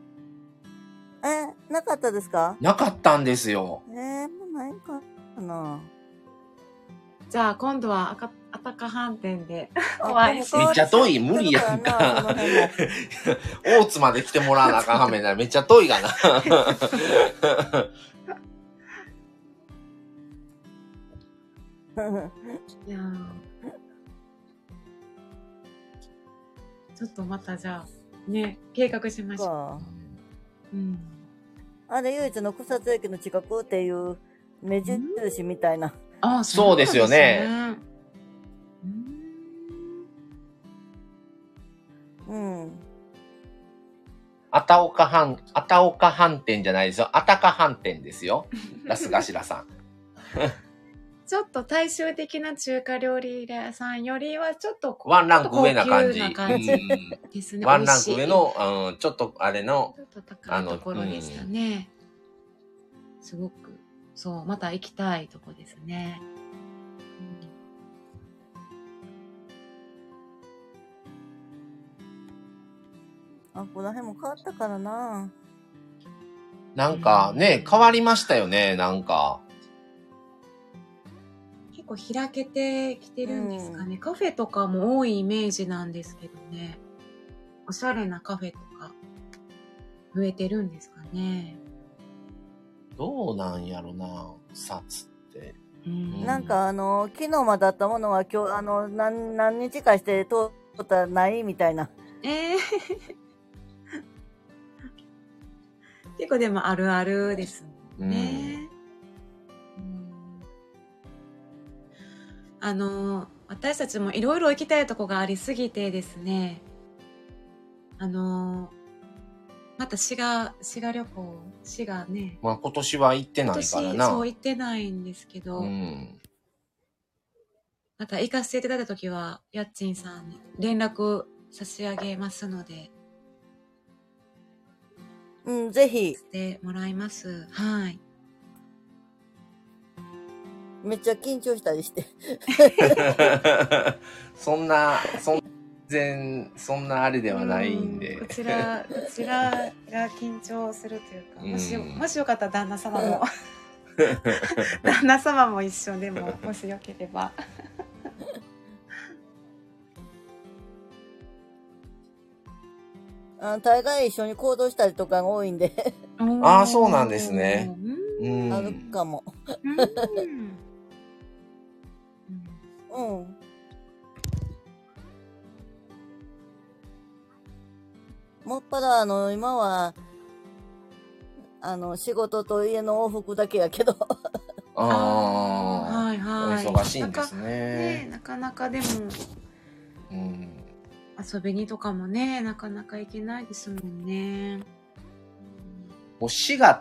なかったですか？ なかったんですよ。 もうないかな。 じゃあ今度はあたか飯店でお会いしめっちゃ遠い、無理やんか。大津まで来てもらわなあかんはめならめっちゃ遠いがな。 いやちょっとまたじゃあね、計画しましょう。 あれ唯一の草津駅の近くっていう目印みたいな。 そうですよね。あたおか飯店じゃないですよ。あたか飯店ですよ。ラスガシラさん。 ちょっと大衆的な中華料理屋さんよりはちょっとワンランク上な感じ。 ですね。 ワンランク上の、ちょっとあれの、 ちょっと高いところでしたね。すごく、そう、また行きたいとこですね。 この辺も変わったからな。 なんかね、変わりましたよね、なんか。 結構開けてきてるんですかね。カフェとかも多いイメージなんですけどね。おしゃれなカフェとか増えてるんですかね。 どうなんやろな、草津って。 なんか昨日まであったものは今日何日かして通ったらないみたいな。 結構でもあるあるですもんね。私たちもいろいろ行きたいとこがありすぎてですね、また滋賀旅行、滋賀ね。 まあ今年は行ってないからな。 そう行ってないんですけど、また行かせていただいたときは、やっちんさんに連絡差し上げますので。 ぜひ。 してもらいます。はい。 めっちゃ緊張したりして。 そんなあれではないんで。 こちらが緊張するというか、もしよかったら旦那様も、旦那様も一緒でも、もしよければ。 大概一緒に行動したりとかが多いんで。 そうなんですね。 あるかも。もっぱら今は仕事と家の往復だけやけど。 はいはい。 お忙しいんですね。 なかなかでも、遊びにとかもね、なかなか行けないですもんね。 もう滋賀って、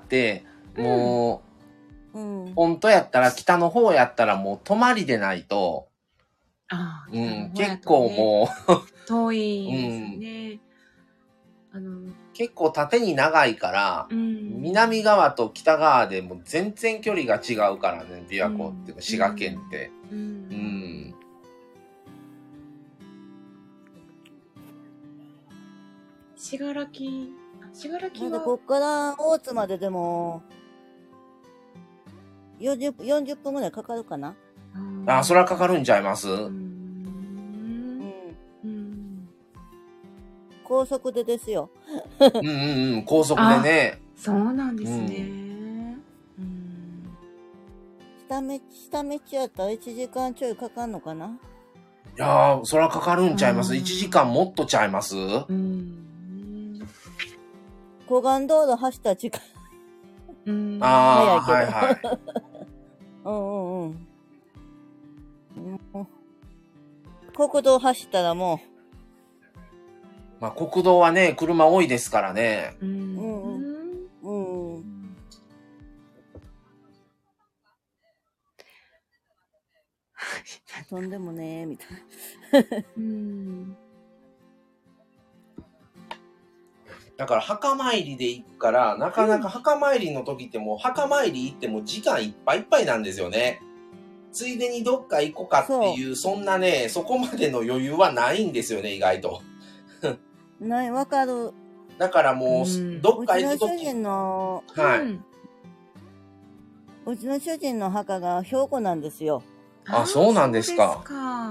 もう、本当やったら、北の方やったらもう泊まりでないと、結構もう遠いですね。 結構縦に長いから、南側と北側でも全然距離が違うからね、琵琶湖っていうか滋賀県って。 信楽はこっから大津まででも40分ぐらいかかるかな。 それはかかるんちゃいます？ 高速でですよ。 うんうんうん、高速でね。 そうなんですね。 下道やったら1時間ちょいかかんのかな。 いやー、そらかかるんちゃいます？ 1 時間もっとちゃいます？ 湖岸道路走ったら時間。 ああ、はいはい。 うんうんうん。国道走ったらもう。まあ国道はね、車多いですからね。 とんでもねえみたいな。 だから墓参りで行くから、なかなか墓参りの時ってもう墓参り行っても時間いっぱいいっぱいなんですよね。ついでにどっか行こうかっていう、そんなね、そこまでの余裕はないんですよね、意外と。 ない、わかる。 だからもう、どっか行くとき。 うちの主人の、うちの主人の墓が兵庫なんですよ。 あ、そうなんですか。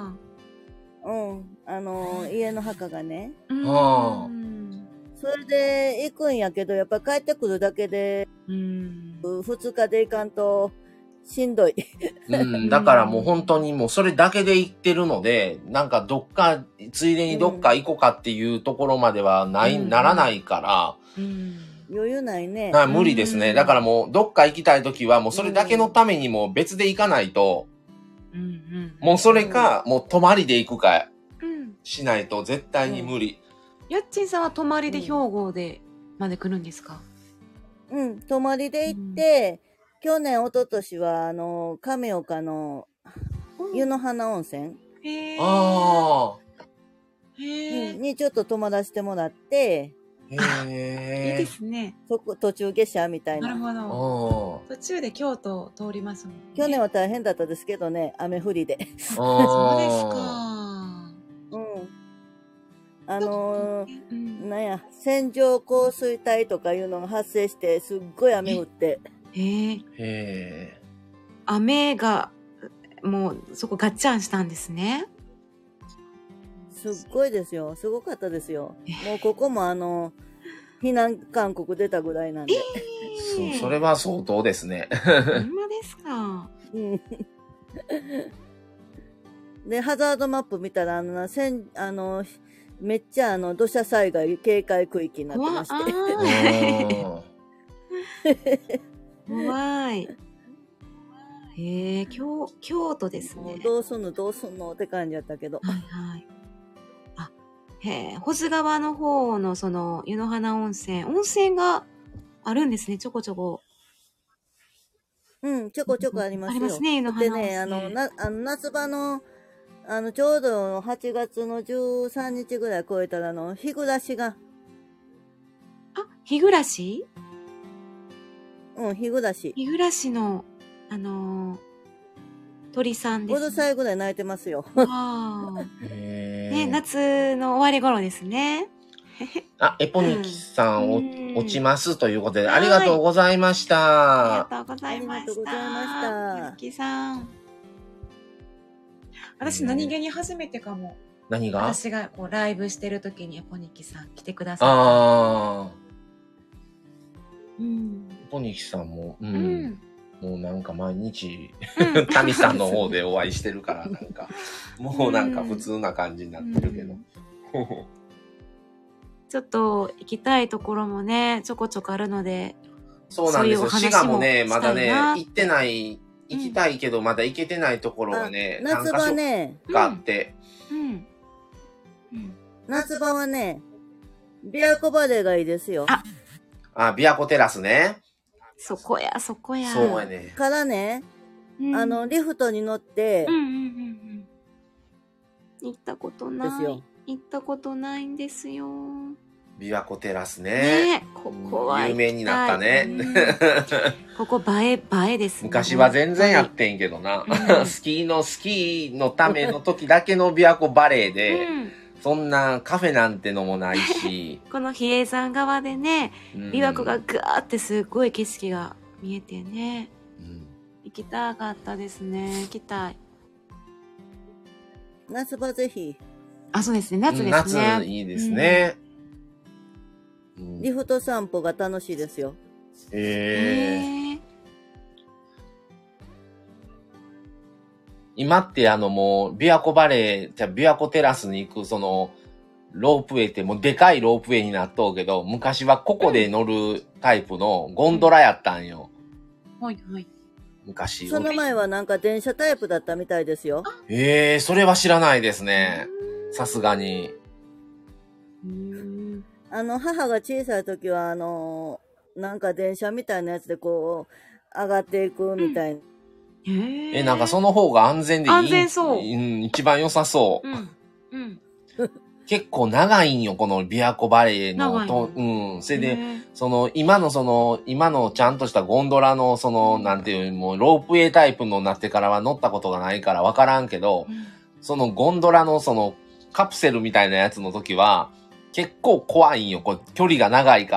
家の墓がね。それで行くんやけど、やっぱ帰ってくるだけで、2日で行かんと、しんどい。 だからもう本当にもうそれだけで行ってるので、なんかどっか、ついでにどっか行こうかっていうところまではならないから、 余裕ないね。 無理ですね。だからもうどっか行きたいときはもうそれだけのためにも別で行かないと、もうそれか、もう泊まりで行くか、しないと絶対に無理。 やっちんさんは泊まりで兵庫でまで来るんですか？ 泊まりで行って、去年、一昨年は、亀岡の湯の花温泉にちょっと泊まらせてもらって、 いいですね。 そこ、途中下車みたいな。 なるほど。途中で京都通りますもんね。 去年は大変だったですけどね、雨降りで。 そうですか。 なんや、線状降水帯とかいうのが発生して、すっごい雨降って。 雨が、もう、そこガッチャンしたんですね。 すっごいですよ。すごかったですよ。もうここも避難勧告出たぐらいなんで。 それは相当ですね。 ほんまですか。 で、ハザードマップ見たら、めっちゃ土砂災害警戒区域になってまして。 怖い。京都ですね。 どうすんのって感じだったけど。 保津川の方のその湯の花温泉があるんですね、ちょこちょこ。 ちょこちょこありますよ。 ありますね、湯の花温泉。 でね、夏場の、ちょうど8月の13日ぐらい超えたら、日暮らしが。 日暮らし？ 日暮らし。 日暮らしの、鳥さんです、 ね。5歳ぐらい泣いてますよ。 ね、夏の終わり頃ですね。 エポニキさん、落ちますということで、ありがとうございました。 ありがとうございました。ゆずきさん。私、何気に初めてかも。 何が？ 私がこうライブしてる時にエポニキさん来てくださった。 エポニキさんも、もうなんか毎日、タミさんの方でお会いしてるから、なんか、もうなんか普通な感じになってるけど。 ちょっと行きたいところもね、ちょこちょこあるので。 そうなんですよ。滋賀もね、まだね、行ってない、行きたいけど、まだ行けてないところがね、 夏場ね、 があって。 夏場はね、琵琶湖バレーがいいですよ。 琵琶湖テラスね。 そこや。 そうやね。 からね、リフトに乗って、 行ったことない。行ったことないんですよ。 琵琶湖テラスね。 ここは有名になったね。 ここ映えですね。 昔は全然やってんけどな。スキーのための時だけの琵琶湖バレーで、そんなカフェなんてのもないし。 この比叡山側でね、琵琶湖がぐーってすごい景色が見えてね。行きたかったですね。行きたい。 夏場ぜひ。 そうですね。夏ですね。 夏いいですね。 リフト散歩が楽しいですよ。 今ってもう、琵琶湖バレー、じゃ琵琶湖テラスに行く、その、ロープウェイってもうでかいロープウェイになっとうけど、昔はここで乗るタイプのゴンドラやったんよ。 はいはい。 昔。 その前はなんか電車タイプだったみたいですよ。 それは知らないですね。さすがに。 母が小さい時は、なんか電車みたいなやつでこう、上がっていくみたいな。 なんかその方が安全でいい。 安全そう。 一番良さそう。結構長いんよ、この琵琶湖バレーの。それで、今のちゃんとしたゴンドラの、なんていう、もうロープウェイタイプのなってからは乗ったことがないからわからんけど、そのゴンドラのカプセルみたいなやつの時は、結構怖いんよ、距離が長いから。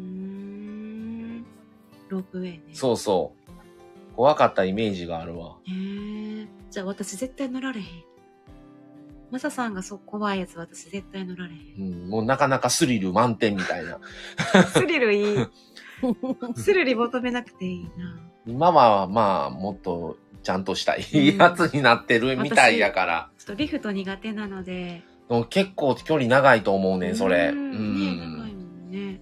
ロープウェイね。 そうそう。怖かったイメージがあるわ。 じゃあ私絶対乗られへん。マサさんが怖いやつ私絶対乗られへん。 もうなかなかスリル満点みたいな。 スリルいい。スリル求めなくていいな。 今はまあもっとちゃんとしたいいやつになってるみたいやから。 ちょっとリフト苦手なので。 結構距離長いと思うね、それ。 ね、長いもんね。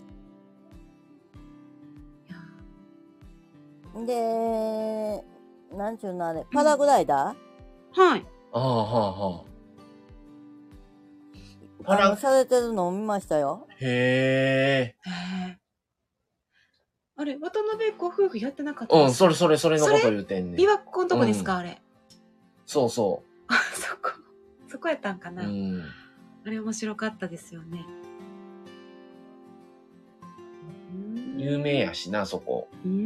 で、なんちゅうのあれ、パラグライダー、はい。 されてるのを見ましたよ。 へー。 あれ、渡辺ご夫婦やってなかったですか？それのこと言うてんねん。 琵琶湖のとこですか、あれ。 そうそう。 そこやったんかな。あれ面白かったですよね。 有名やしな、そこ。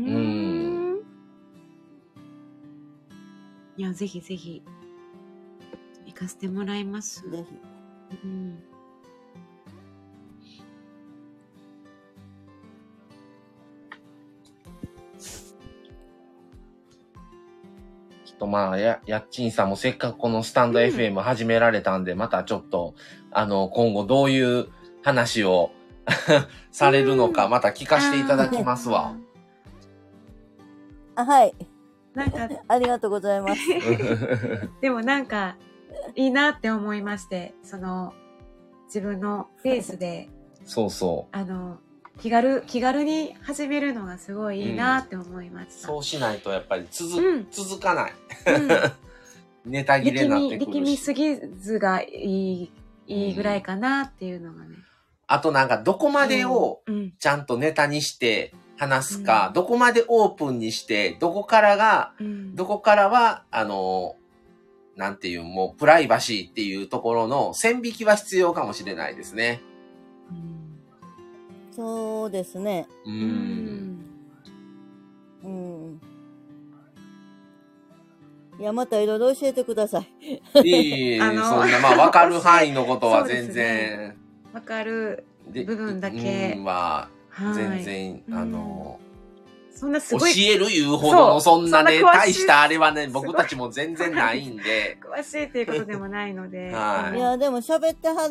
いや、ぜひぜひ、行かせてもらいます。 ぜひ。 まあ、やっちんさんもせっかくこのスタンド FM 始められたんで、またちょっと、今後どういう話をされるのか、また聞かせていただきますわ。 はい。 なんか、 ありがとうございます。 でもなんか、いいなって思いまして、自分のペースで、 そうそう。 気軽に始めるのがすごいいいなって思いました。 そうしないとやっぱり続かない。ネタ切れになってくるし。 力みすぎずがいいぐらいかなっていうのがね。 あとなんかどこまでをちゃんとネタにして話すか、どこまでオープンにして、どこからは、なんていう、もうプライバシーっていうところの線引きは必要かもしれないですね。 そうですね。いや、またいろいろ教えてください。 いいそんな、まあ、わかる範囲のことは全然。 わかる部分だけ。 は、全然、 そんなすごい。 教える言うほどの、そんなね、大したあれはね、僕たちも全然ないんで。 詳しいっていうことでもないので。 いや、でも喋ったは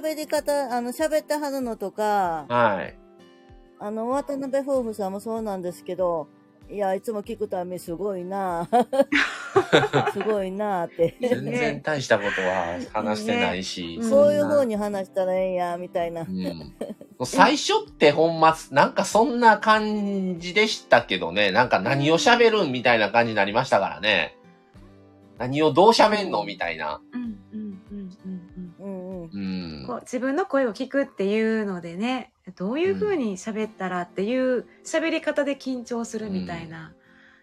るのとか、 はい。 渡辺夫婦さんもそうなんですけど、いや、いつも聞くためすごいなすごいなって。 全然大したことは話してないし。 そういう風に話したらええや、みたいな。 最初ってほんま、なんかそんな感じでしたけどね。なんか何を喋るんみたいな感じになりましたからね。何をどう喋んのみたいな。 自分の声を聞くっていうのでね、どういう風に喋ったらっていう喋り方で緊張するみたいな。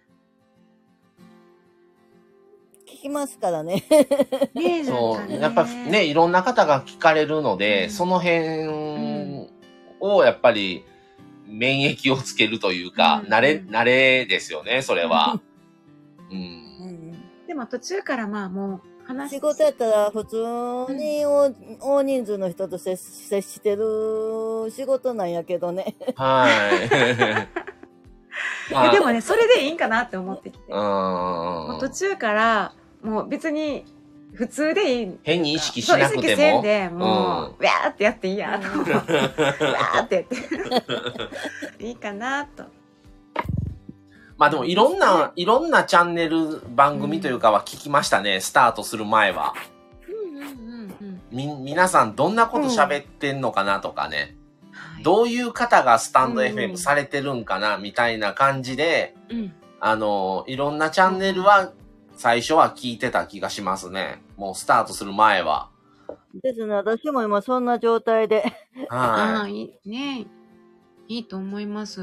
聞きますからね。 そう、やっぱね、いろんな方が聞かれるので、その辺をやっぱり免疫をつけるというか、慣れですよね、それは。 でも途中からまあもう、 仕事やったら普通に大人数の人と接してる仕事なんやけどね。 はい。 でもね、それでいいんかなって思ってきて。途中からもう別に普通でいい。 変に意識しなくても。 意識せんで、もう、わーってやっていいやと。わーってやって。いいかなと。 まあでもいろんなチャンネル番組というかは聞きましたね、スタートする前は。皆さんどんなこと喋ってんのかなとかね、どういう方がスタンド FM されてるんかなみたいな感じで、いろんなチャンネルは最初は聞いてた気がしますね。もうスタートする前は。 ですね、私も今そんな状態で。 はい。ね、いいと思います。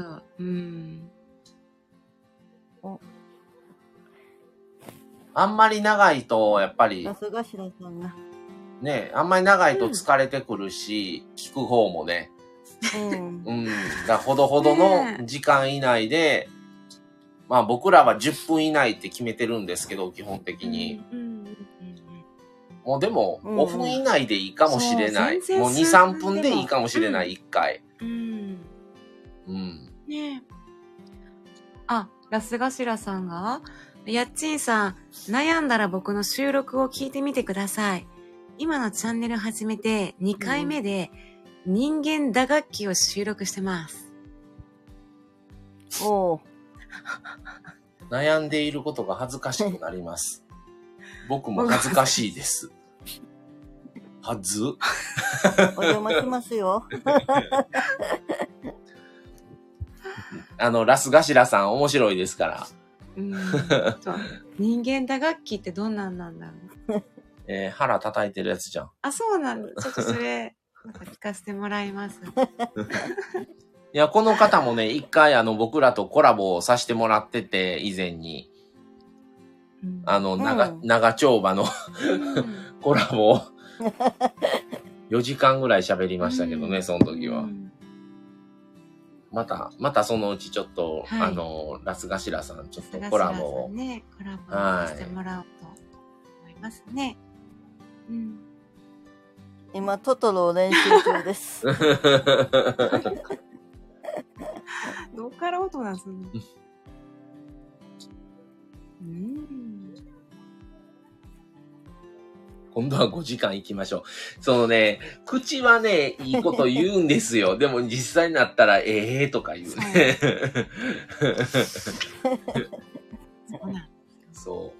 あんまり長いと、やっぱり。 さすが白さんが。 ね、あんまり長いと疲れてくるし、聞く方もね。だほどほどの時間以内で、まあ僕らは10分以内って決めてるんですけど、基本的に。もうでも、5分以内でいいかもしれない。もう2、3分でいいかもしれない、1回。 ねあ、ラスガシラさんが、やっちんさん、悩んだら僕の収録を聞いてみてください。今のチャンネル始めて2回目で人間打楽器を収録してます。 お悩んでいることが恥ずかしくなります。僕も恥ずかしいです。はずお邪魔しますよ。 ラスガシラさん面白いですから。 人間打楽器ってどんなんなんだろう。 腹叩いてるやつじゃん。 あ、そうなんだ。ちょっとそれ、なんか聞かせてもらいます。 いや、この方もね、一回僕らとコラボをさせてもらってて、以前に。長丁場のコラボを4時間ぐらい喋りましたけどね、その時は。またそのうちちょっと、ラスガシラさん、ちょっとコラボを。 ね、コラボしてもらおうと思いますね。 今、トトロを練習中です。 どっから音なんすね。 今度は5時間行きましょう。そのね、口はね、いいこと言うんですよ。でも実際になったら、とか言うね。そう。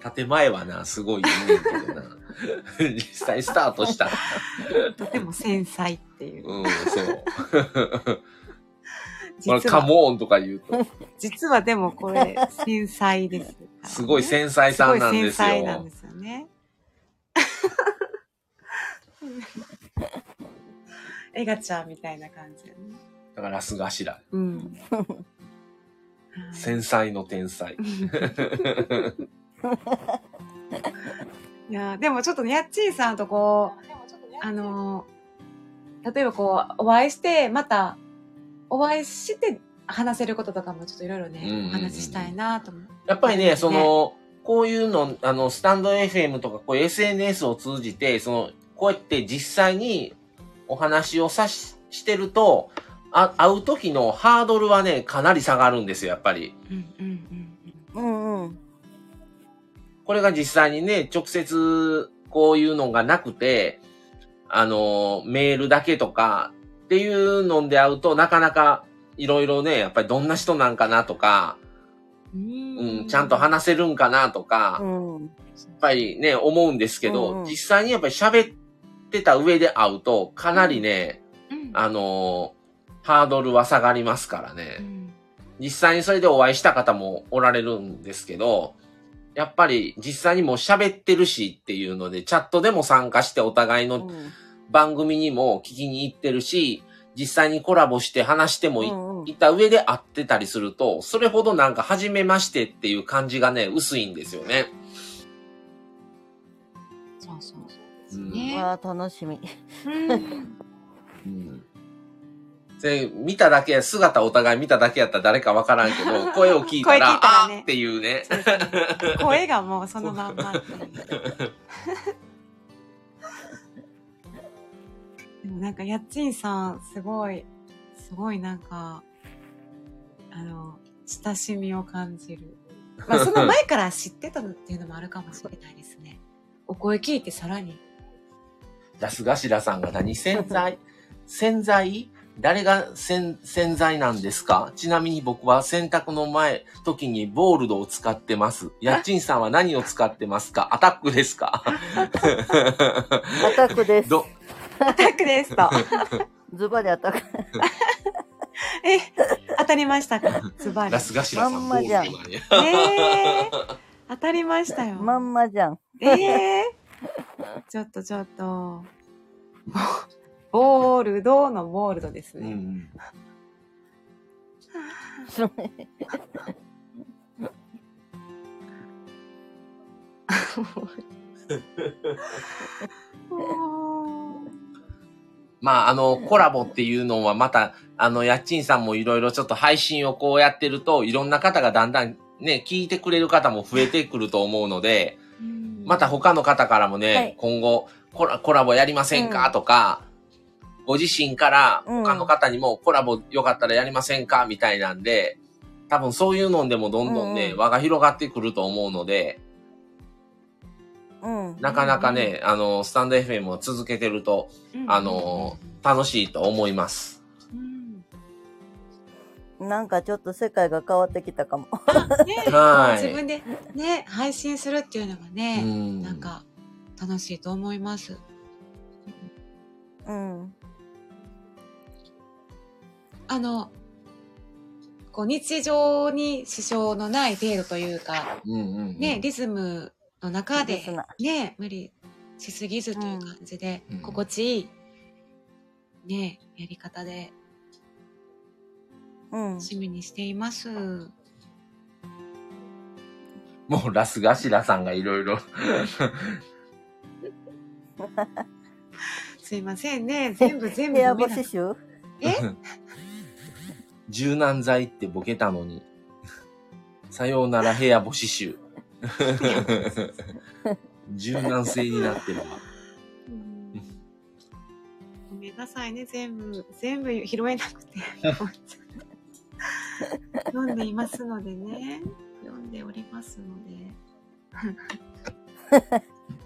建前はな、すごい言うんだけどな。実際スタートしたら。 とても繊細っていう。 そう。これカモーンとか言うと。 実はでもこれ、繊細です、ね。 すごい繊細さんなんですよ。 すごい繊細なんですよね。エガちゃんみたいな感じよね。 だからラスガシラ。繊細の天才。 いやでもちょっとね、やっちーさんとこう、例えばこう、お会いして、また、お会いして話せることとかもちょっといろいろね、お話ししたいなと思う。 やっぱりね、こういうの、スタンド FM とか、こう SNS を通じて、こうやって実際にお話をしてると、会う時のハードルはね、かなり下がるんですよ、やっぱり。これが実際にね、直接こういうのがなくて、メールだけとかっていうので会うと、なかなかいろいろね、やっぱりどんな人なんかなとか、ちゃんと話せるんかなとか、やっぱりね、思うんですけど、実際にやっぱり喋ってた上で会うと、かなりね、ハードルは下がりますからね。実際にそれでお会いした方もおられるんですけど、やっぱり実際にもう喋ってるしっていうので、チャットでも参加してお互いの番組にも聞きに行ってるし、実際にコラボして話してもいた上で会ってたりすると、それほどなんか初めましてっていう感じがね、薄いんですよね。 そうそうそう。わあ、楽しみ。 見ただけ、姿お互い見ただけやったら誰かわからんけど、声を聞いたら、あーっていうね。 声がもうそのまんま。でもなんか、やっちんさん、すごいなんか、親しみを感じる。まあ、その前から知ってたっていうのもあるかもしれないですね。 お声聞いてさらに。 ラス頭さんが何洗剤洗剤誰が洗剤なんですか？ちなみに僕は洗濯の時にボールドを使ってます。やっちんさんは何を使ってますか？アタックですか？ アタックです。 アタックですと。 ズバリアタック。 当たりましたか？ズバリ。 ラス頭さん。 まんまじゃん。 当たりましたよ。 まんまじゃん。 ちょっと。ボールドのボールドですね。 まあ、コラボっていうのはまた、やっちんさんもいろいろちょっと配信をこうやってると、いろんな方がだんだんね、聞いてくれる方も増えてくると思うので、また他の方からもね、はい、今後コラボやりませんか、とか、ご自身から他の方にもコラボよかったらやりませんかみたいなんで、多分そういうのでもどんどんね、輪が広がってくると思うので、なかなかね、スタンド FM を続けてると、楽しいと思います。 なんかちょっと世界が変わってきたかも。 はい。自分でね、配信するっていうのがね、なんか楽しいと思います。こう日常に支障のない程度というか、ね、リズムの中でね、無理しすぎずという感じで、心地いいね、やり方で趣味にしています。 もうラス頭さんがいろいろすいませんね、全部部屋干し臭？ 柔軟剤ってボケたのにさようなら部屋干し臭柔軟性になってるわ。 ごめんなさいね、全部拾えなくて読んでいますのでね、読んでおりますので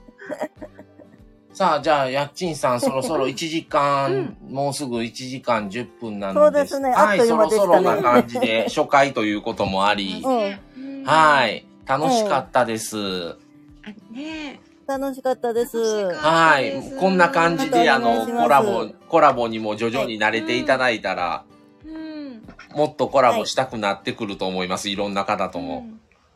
さあ、じゃあ、やっちんさん、そろそろ1時間、もうすぐ1時間10分なんです。 そうですね。 はい、そろそろな感じで、初回ということもあり、はい、楽しかったです。 楽しかったです。 はい、こんな感じで、コラボにも徐々に慣れていただいたら、もっとコラボしたくなってくると思います。いろんな方とも。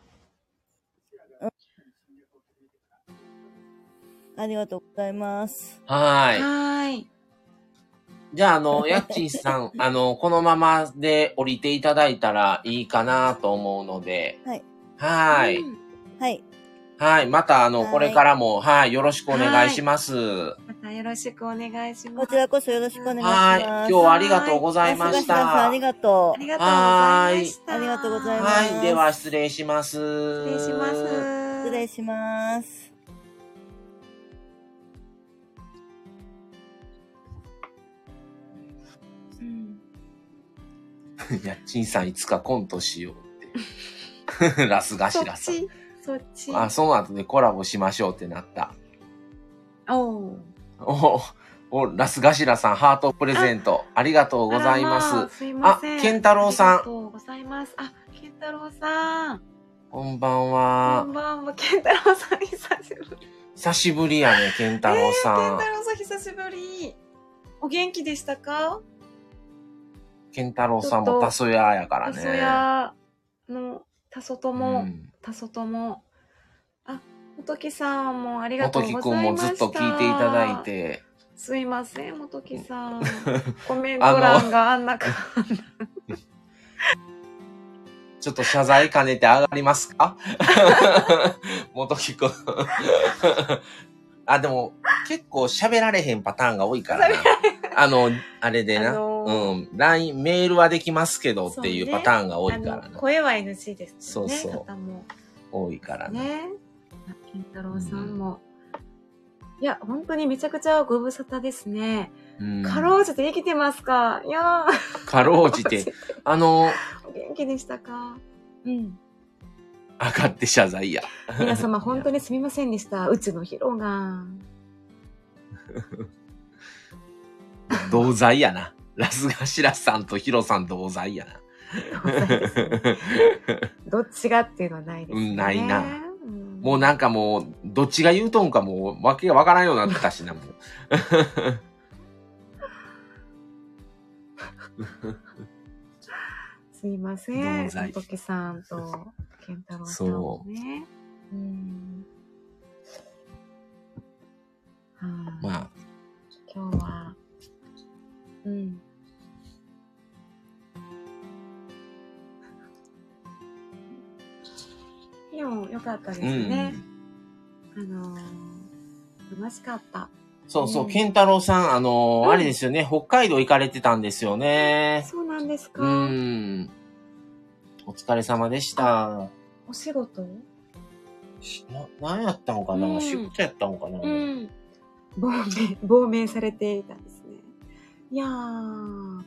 ありがとうございます。 はい。じゃあ、やっちんさん、このままで降りていただいたらいいかなと思うので。はい。はい。また、これからも、よろしくお願いします。 またよろしくお願いします。 こちらこそよろしくお願いします。 今日はありがとうございました。 ありがとう。 ありがとうございました。 ありがとうございます。 はい。では、失礼します。 失礼します。 失礼します。 やっちんさんいつかコントしようって。ラス頭さん。 そっち。 その後でコラボしましょうってなった。ラス頭さん、ハートプレゼント、ありがとうございます。 すいません。 ケンタロウさん。ありがとうございます。ケンタロウさん。 こんばんは。 こんばんは、ケンタロウさん、久しぶり。 久しぶりやね、ケンタロウさん。 ケンタロウさん、久しぶり。お元気でしたか？ ケンタロウさんもタソヤやからね。 タソヤの、タソとも。元木さんもありがとうございました。 元木くんもずっと聞いていただいて。 すいません、元木さん。コメント欄があんな感じ。 ちょっと謝罪兼ねて上がりますか？元木くん。でも、結構喋られへんパターンが多いからな。あれでな。LINE、メールはできますけどっていうパターンが多いからな。 声は NG ですね。 そう。 方も多いからね。 健太郎さんも。いや、本当にめちゃくちゃご無沙汰ですね。かろうじて生きてますか？いやー。 かろうじて。 お元気でしたか？ 上がって謝罪や。 皆様本当にすみませんでした。うちのヒロが。 同罪やな。ラスガシラさんとヒロさん同罪やな。 どっちがっていうのはないですね。 ないな。もうなんかもう、どっちが言うとんかもう、わけがわからんようになってたしな、もう。 すいません。仏さんと健太郎さんもね。 まあ。 今日は、でもよかったですね。楽しかった。 そうそう、健太郎さん、あれですよね、北海道行かれてたんですよね。 そうなんですか。 お疲れ様でした。 お仕事？ 何やったのかな、仕事やったのかな、 亡命されていたんですね。いやー。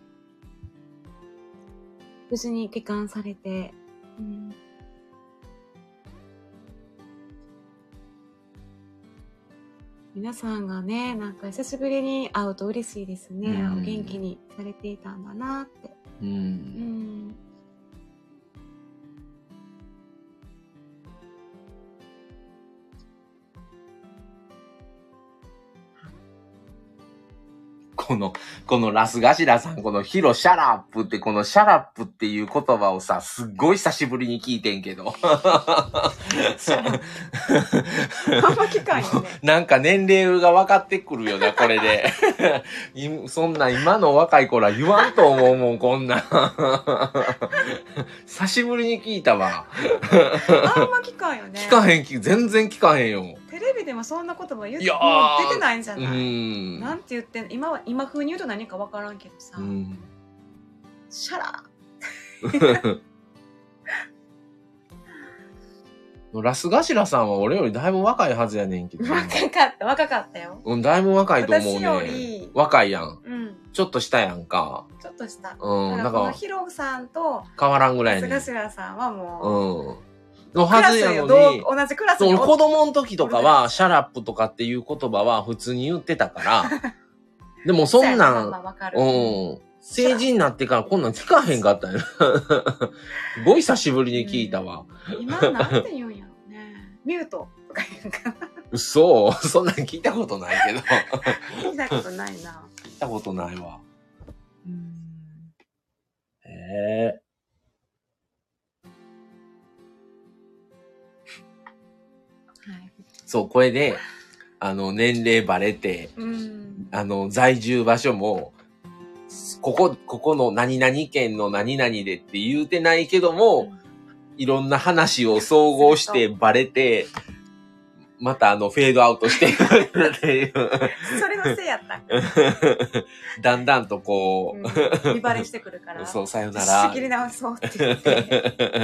無事に帰還されて。皆さんがね、なんか久しぶりに会うと嬉しいですね。お元気にされていたんだなって。 このラスガシラさん、このヒロシャラップって、このシャラップっていう言葉をさ、すっごい久しぶりに聞いてんけど。あんま聞かんよね。 なんか年齢が分かってくるよな、これで。そんな今の若い子ら言わんと思うもん、こんな。久しぶりに聞いたわ。 あんま聞かんよね。 聞かへん、全然聞かへんよ。 テレビでもそんな言葉言って、もう出てないんじゃない？なんて言ってんの？今風に言うと何か分からんけどさ。シャララスガシラさんは俺よりだいぶ若いはずやねんけど。 若かったよ。 だいぶ若いと思うね。 私より若いやん。ちょっと下やんか。 ちょっと下。 なんかこのヒロさんと変わらんぐらいね。ラスガシラさんはもう。 のはずやのに、 同じクラスに子供の時とかは、シャラップとかっていう言葉は普通に言ってたから、でもそんなん、成人になってからこんなん聞かへんかったんや。すごい久しぶりに聞いたわ。 今なんて言うんやろね。ミュートとか言うかな。 嘘、そんなん聞いたことないけど。 聞いたことないな。 聞いたことないわ。そう、これで、年齢バレて、在住場所も、ここの何々県の何々でって言うてないけども、いろんな話を総合してバレて、またフェードアウトしていくっていう。 それのせいやった。 だんだんとこう、見バレしてくるから。 そう、さよなら。 仕切り直そうって言って。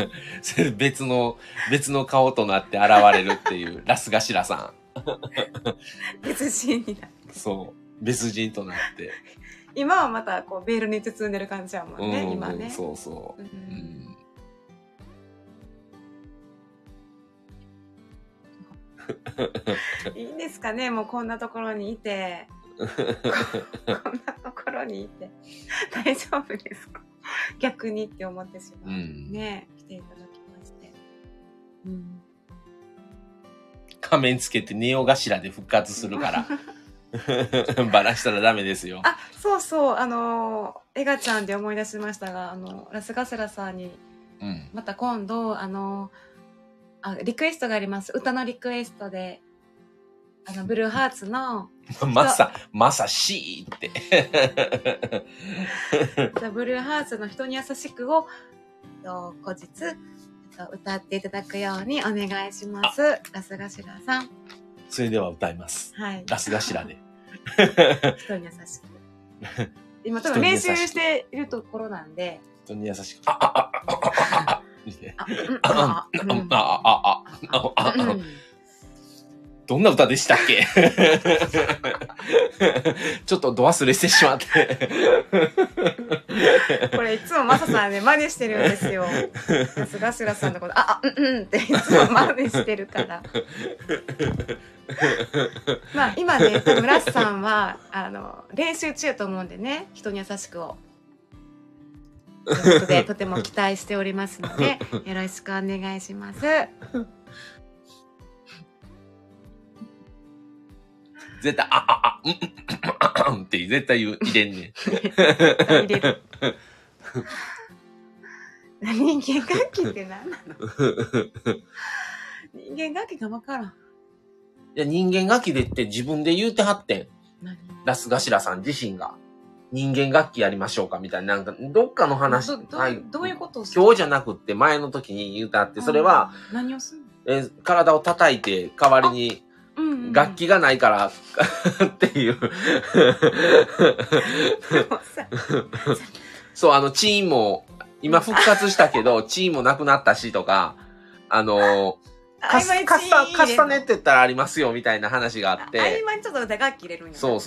それ別の顔となって現れるっていう、ラスガシラさん。 別人になって。 そう、別人となって。 今はまたこうベールに包んでる感じやもんね、今ね。 そうそう。 いいんですかね、もうこんなところにいて。こんなところにいて。大丈夫ですか？逆にって思ってしまう。ね、来ていただきまして。 仮面つけてネオ頭で復活するから。バラしたらダメですよ。 あ、そうそう、エガちゃんで思い出しましたが、ラスガセラさんに、また今度、リクエストがあります。歌のリクエストで、ブルーハーツの、 まさしーって。 ブルーハーツの人に優しくを、後日、歌っていただくようにお願いします。ラスガシラさん。 それでは歌います。 はい。 ラス頭で。 人に優しく。今多分練習しているところなんで。 人に優しく。 どんな歌でしたっけちょっとド忘れしてしまってこれいつもマサさんね、真似してるんですよ。安頭さんのこと、っていつも真似してるから。まあ今ね、多分ラスさんは、練習中と思うんでね、人に優しくを。ということで、とても期待しておりますので、よろしくお願いします。 絶対、って絶対入れんねん。 入れる。人間楽器って何なの？人間楽器が分からん。 いや、人間楽器でって自分で言うてはってん。ラス頭さん自身が。人間楽器やりましょうかみたいな、なんか、どっかの話。 どういうこと？ 今日じゃなくって前の時に言うてはって、それは、 何をするの？体を叩いて代わりに、楽器がないからっていう。そう、チーンも、今復活したけど、チーンもなくなったしとか、カスタネって言ったらありますよみたいな話があって。 合間にちょっと打楽器入れるんや。 そう。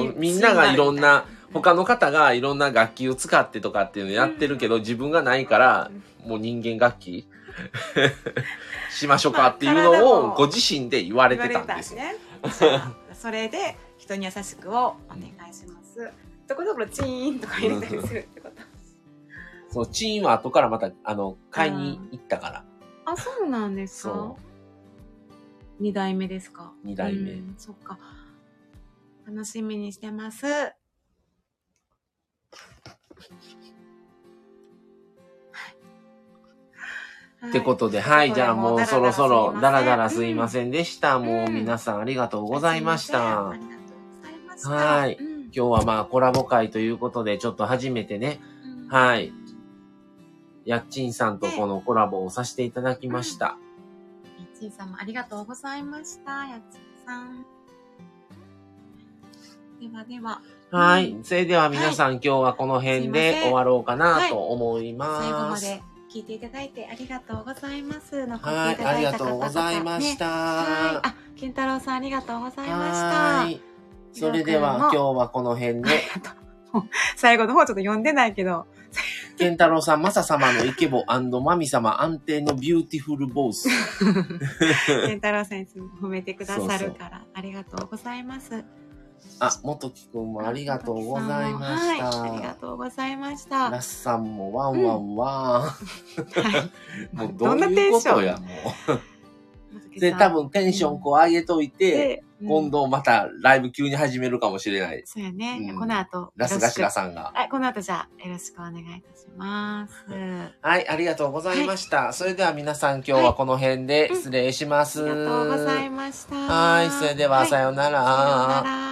みんながいろんな、他の方がいろんな楽器を使ってとかっていうのやってるけど、自分がないから、もう人間楽器しましょうかっていうのをご自身で言われてたんですよ。 それで人に優しくをお願いします。ところどころチーンとか入れたりするってこと。 そう、チーンは後からまた、買いに行ったから。 あ、そうなんですか。2代目ですか。 2代目。 そっか。楽しみにしてます。 ってことで、はい、じゃあもうそろそろダラダラすいませんでした。もう皆さんありがとうございました。 ありがとうございました。 はい。今日はまあコラボ会ということで、ちょっと初めてね、はい。やっちんさんとこのコラボをさせていただきました。 やっちんさんもありがとうございました。やっちんさん。では。 はい。それでは皆さん、今日はこの辺で終わろうかなと思います。 最後まで聞いていただいてありがとうございます。 はい。ありがとうございました。 はい。健太郎さんありがとうございました。はい。 それでは今日はこの辺で。 最後の方ちょっと読んでないけど。 健太郎さん、マサ様のイケボ&マミ様安定のビューティフルボース。 健太郎さんいつも褒めてくださるからありがとうございます。 元木くんもありがとうございました。 はい、ありがとうございました。 ラスさんもワンワンワン。はい。もうどういうことや、もう。で、多分テンションこう上げといて、今度またライブ急に始めるかもしれない。 そうやね。この後。 ラス頭さんが。 はい、この後じゃあよろしくお願いいたします。 はい、ありがとうございました。それでは皆さん今日はこの辺で失礼します。 ありがとうございました。 はい、それではさようなら。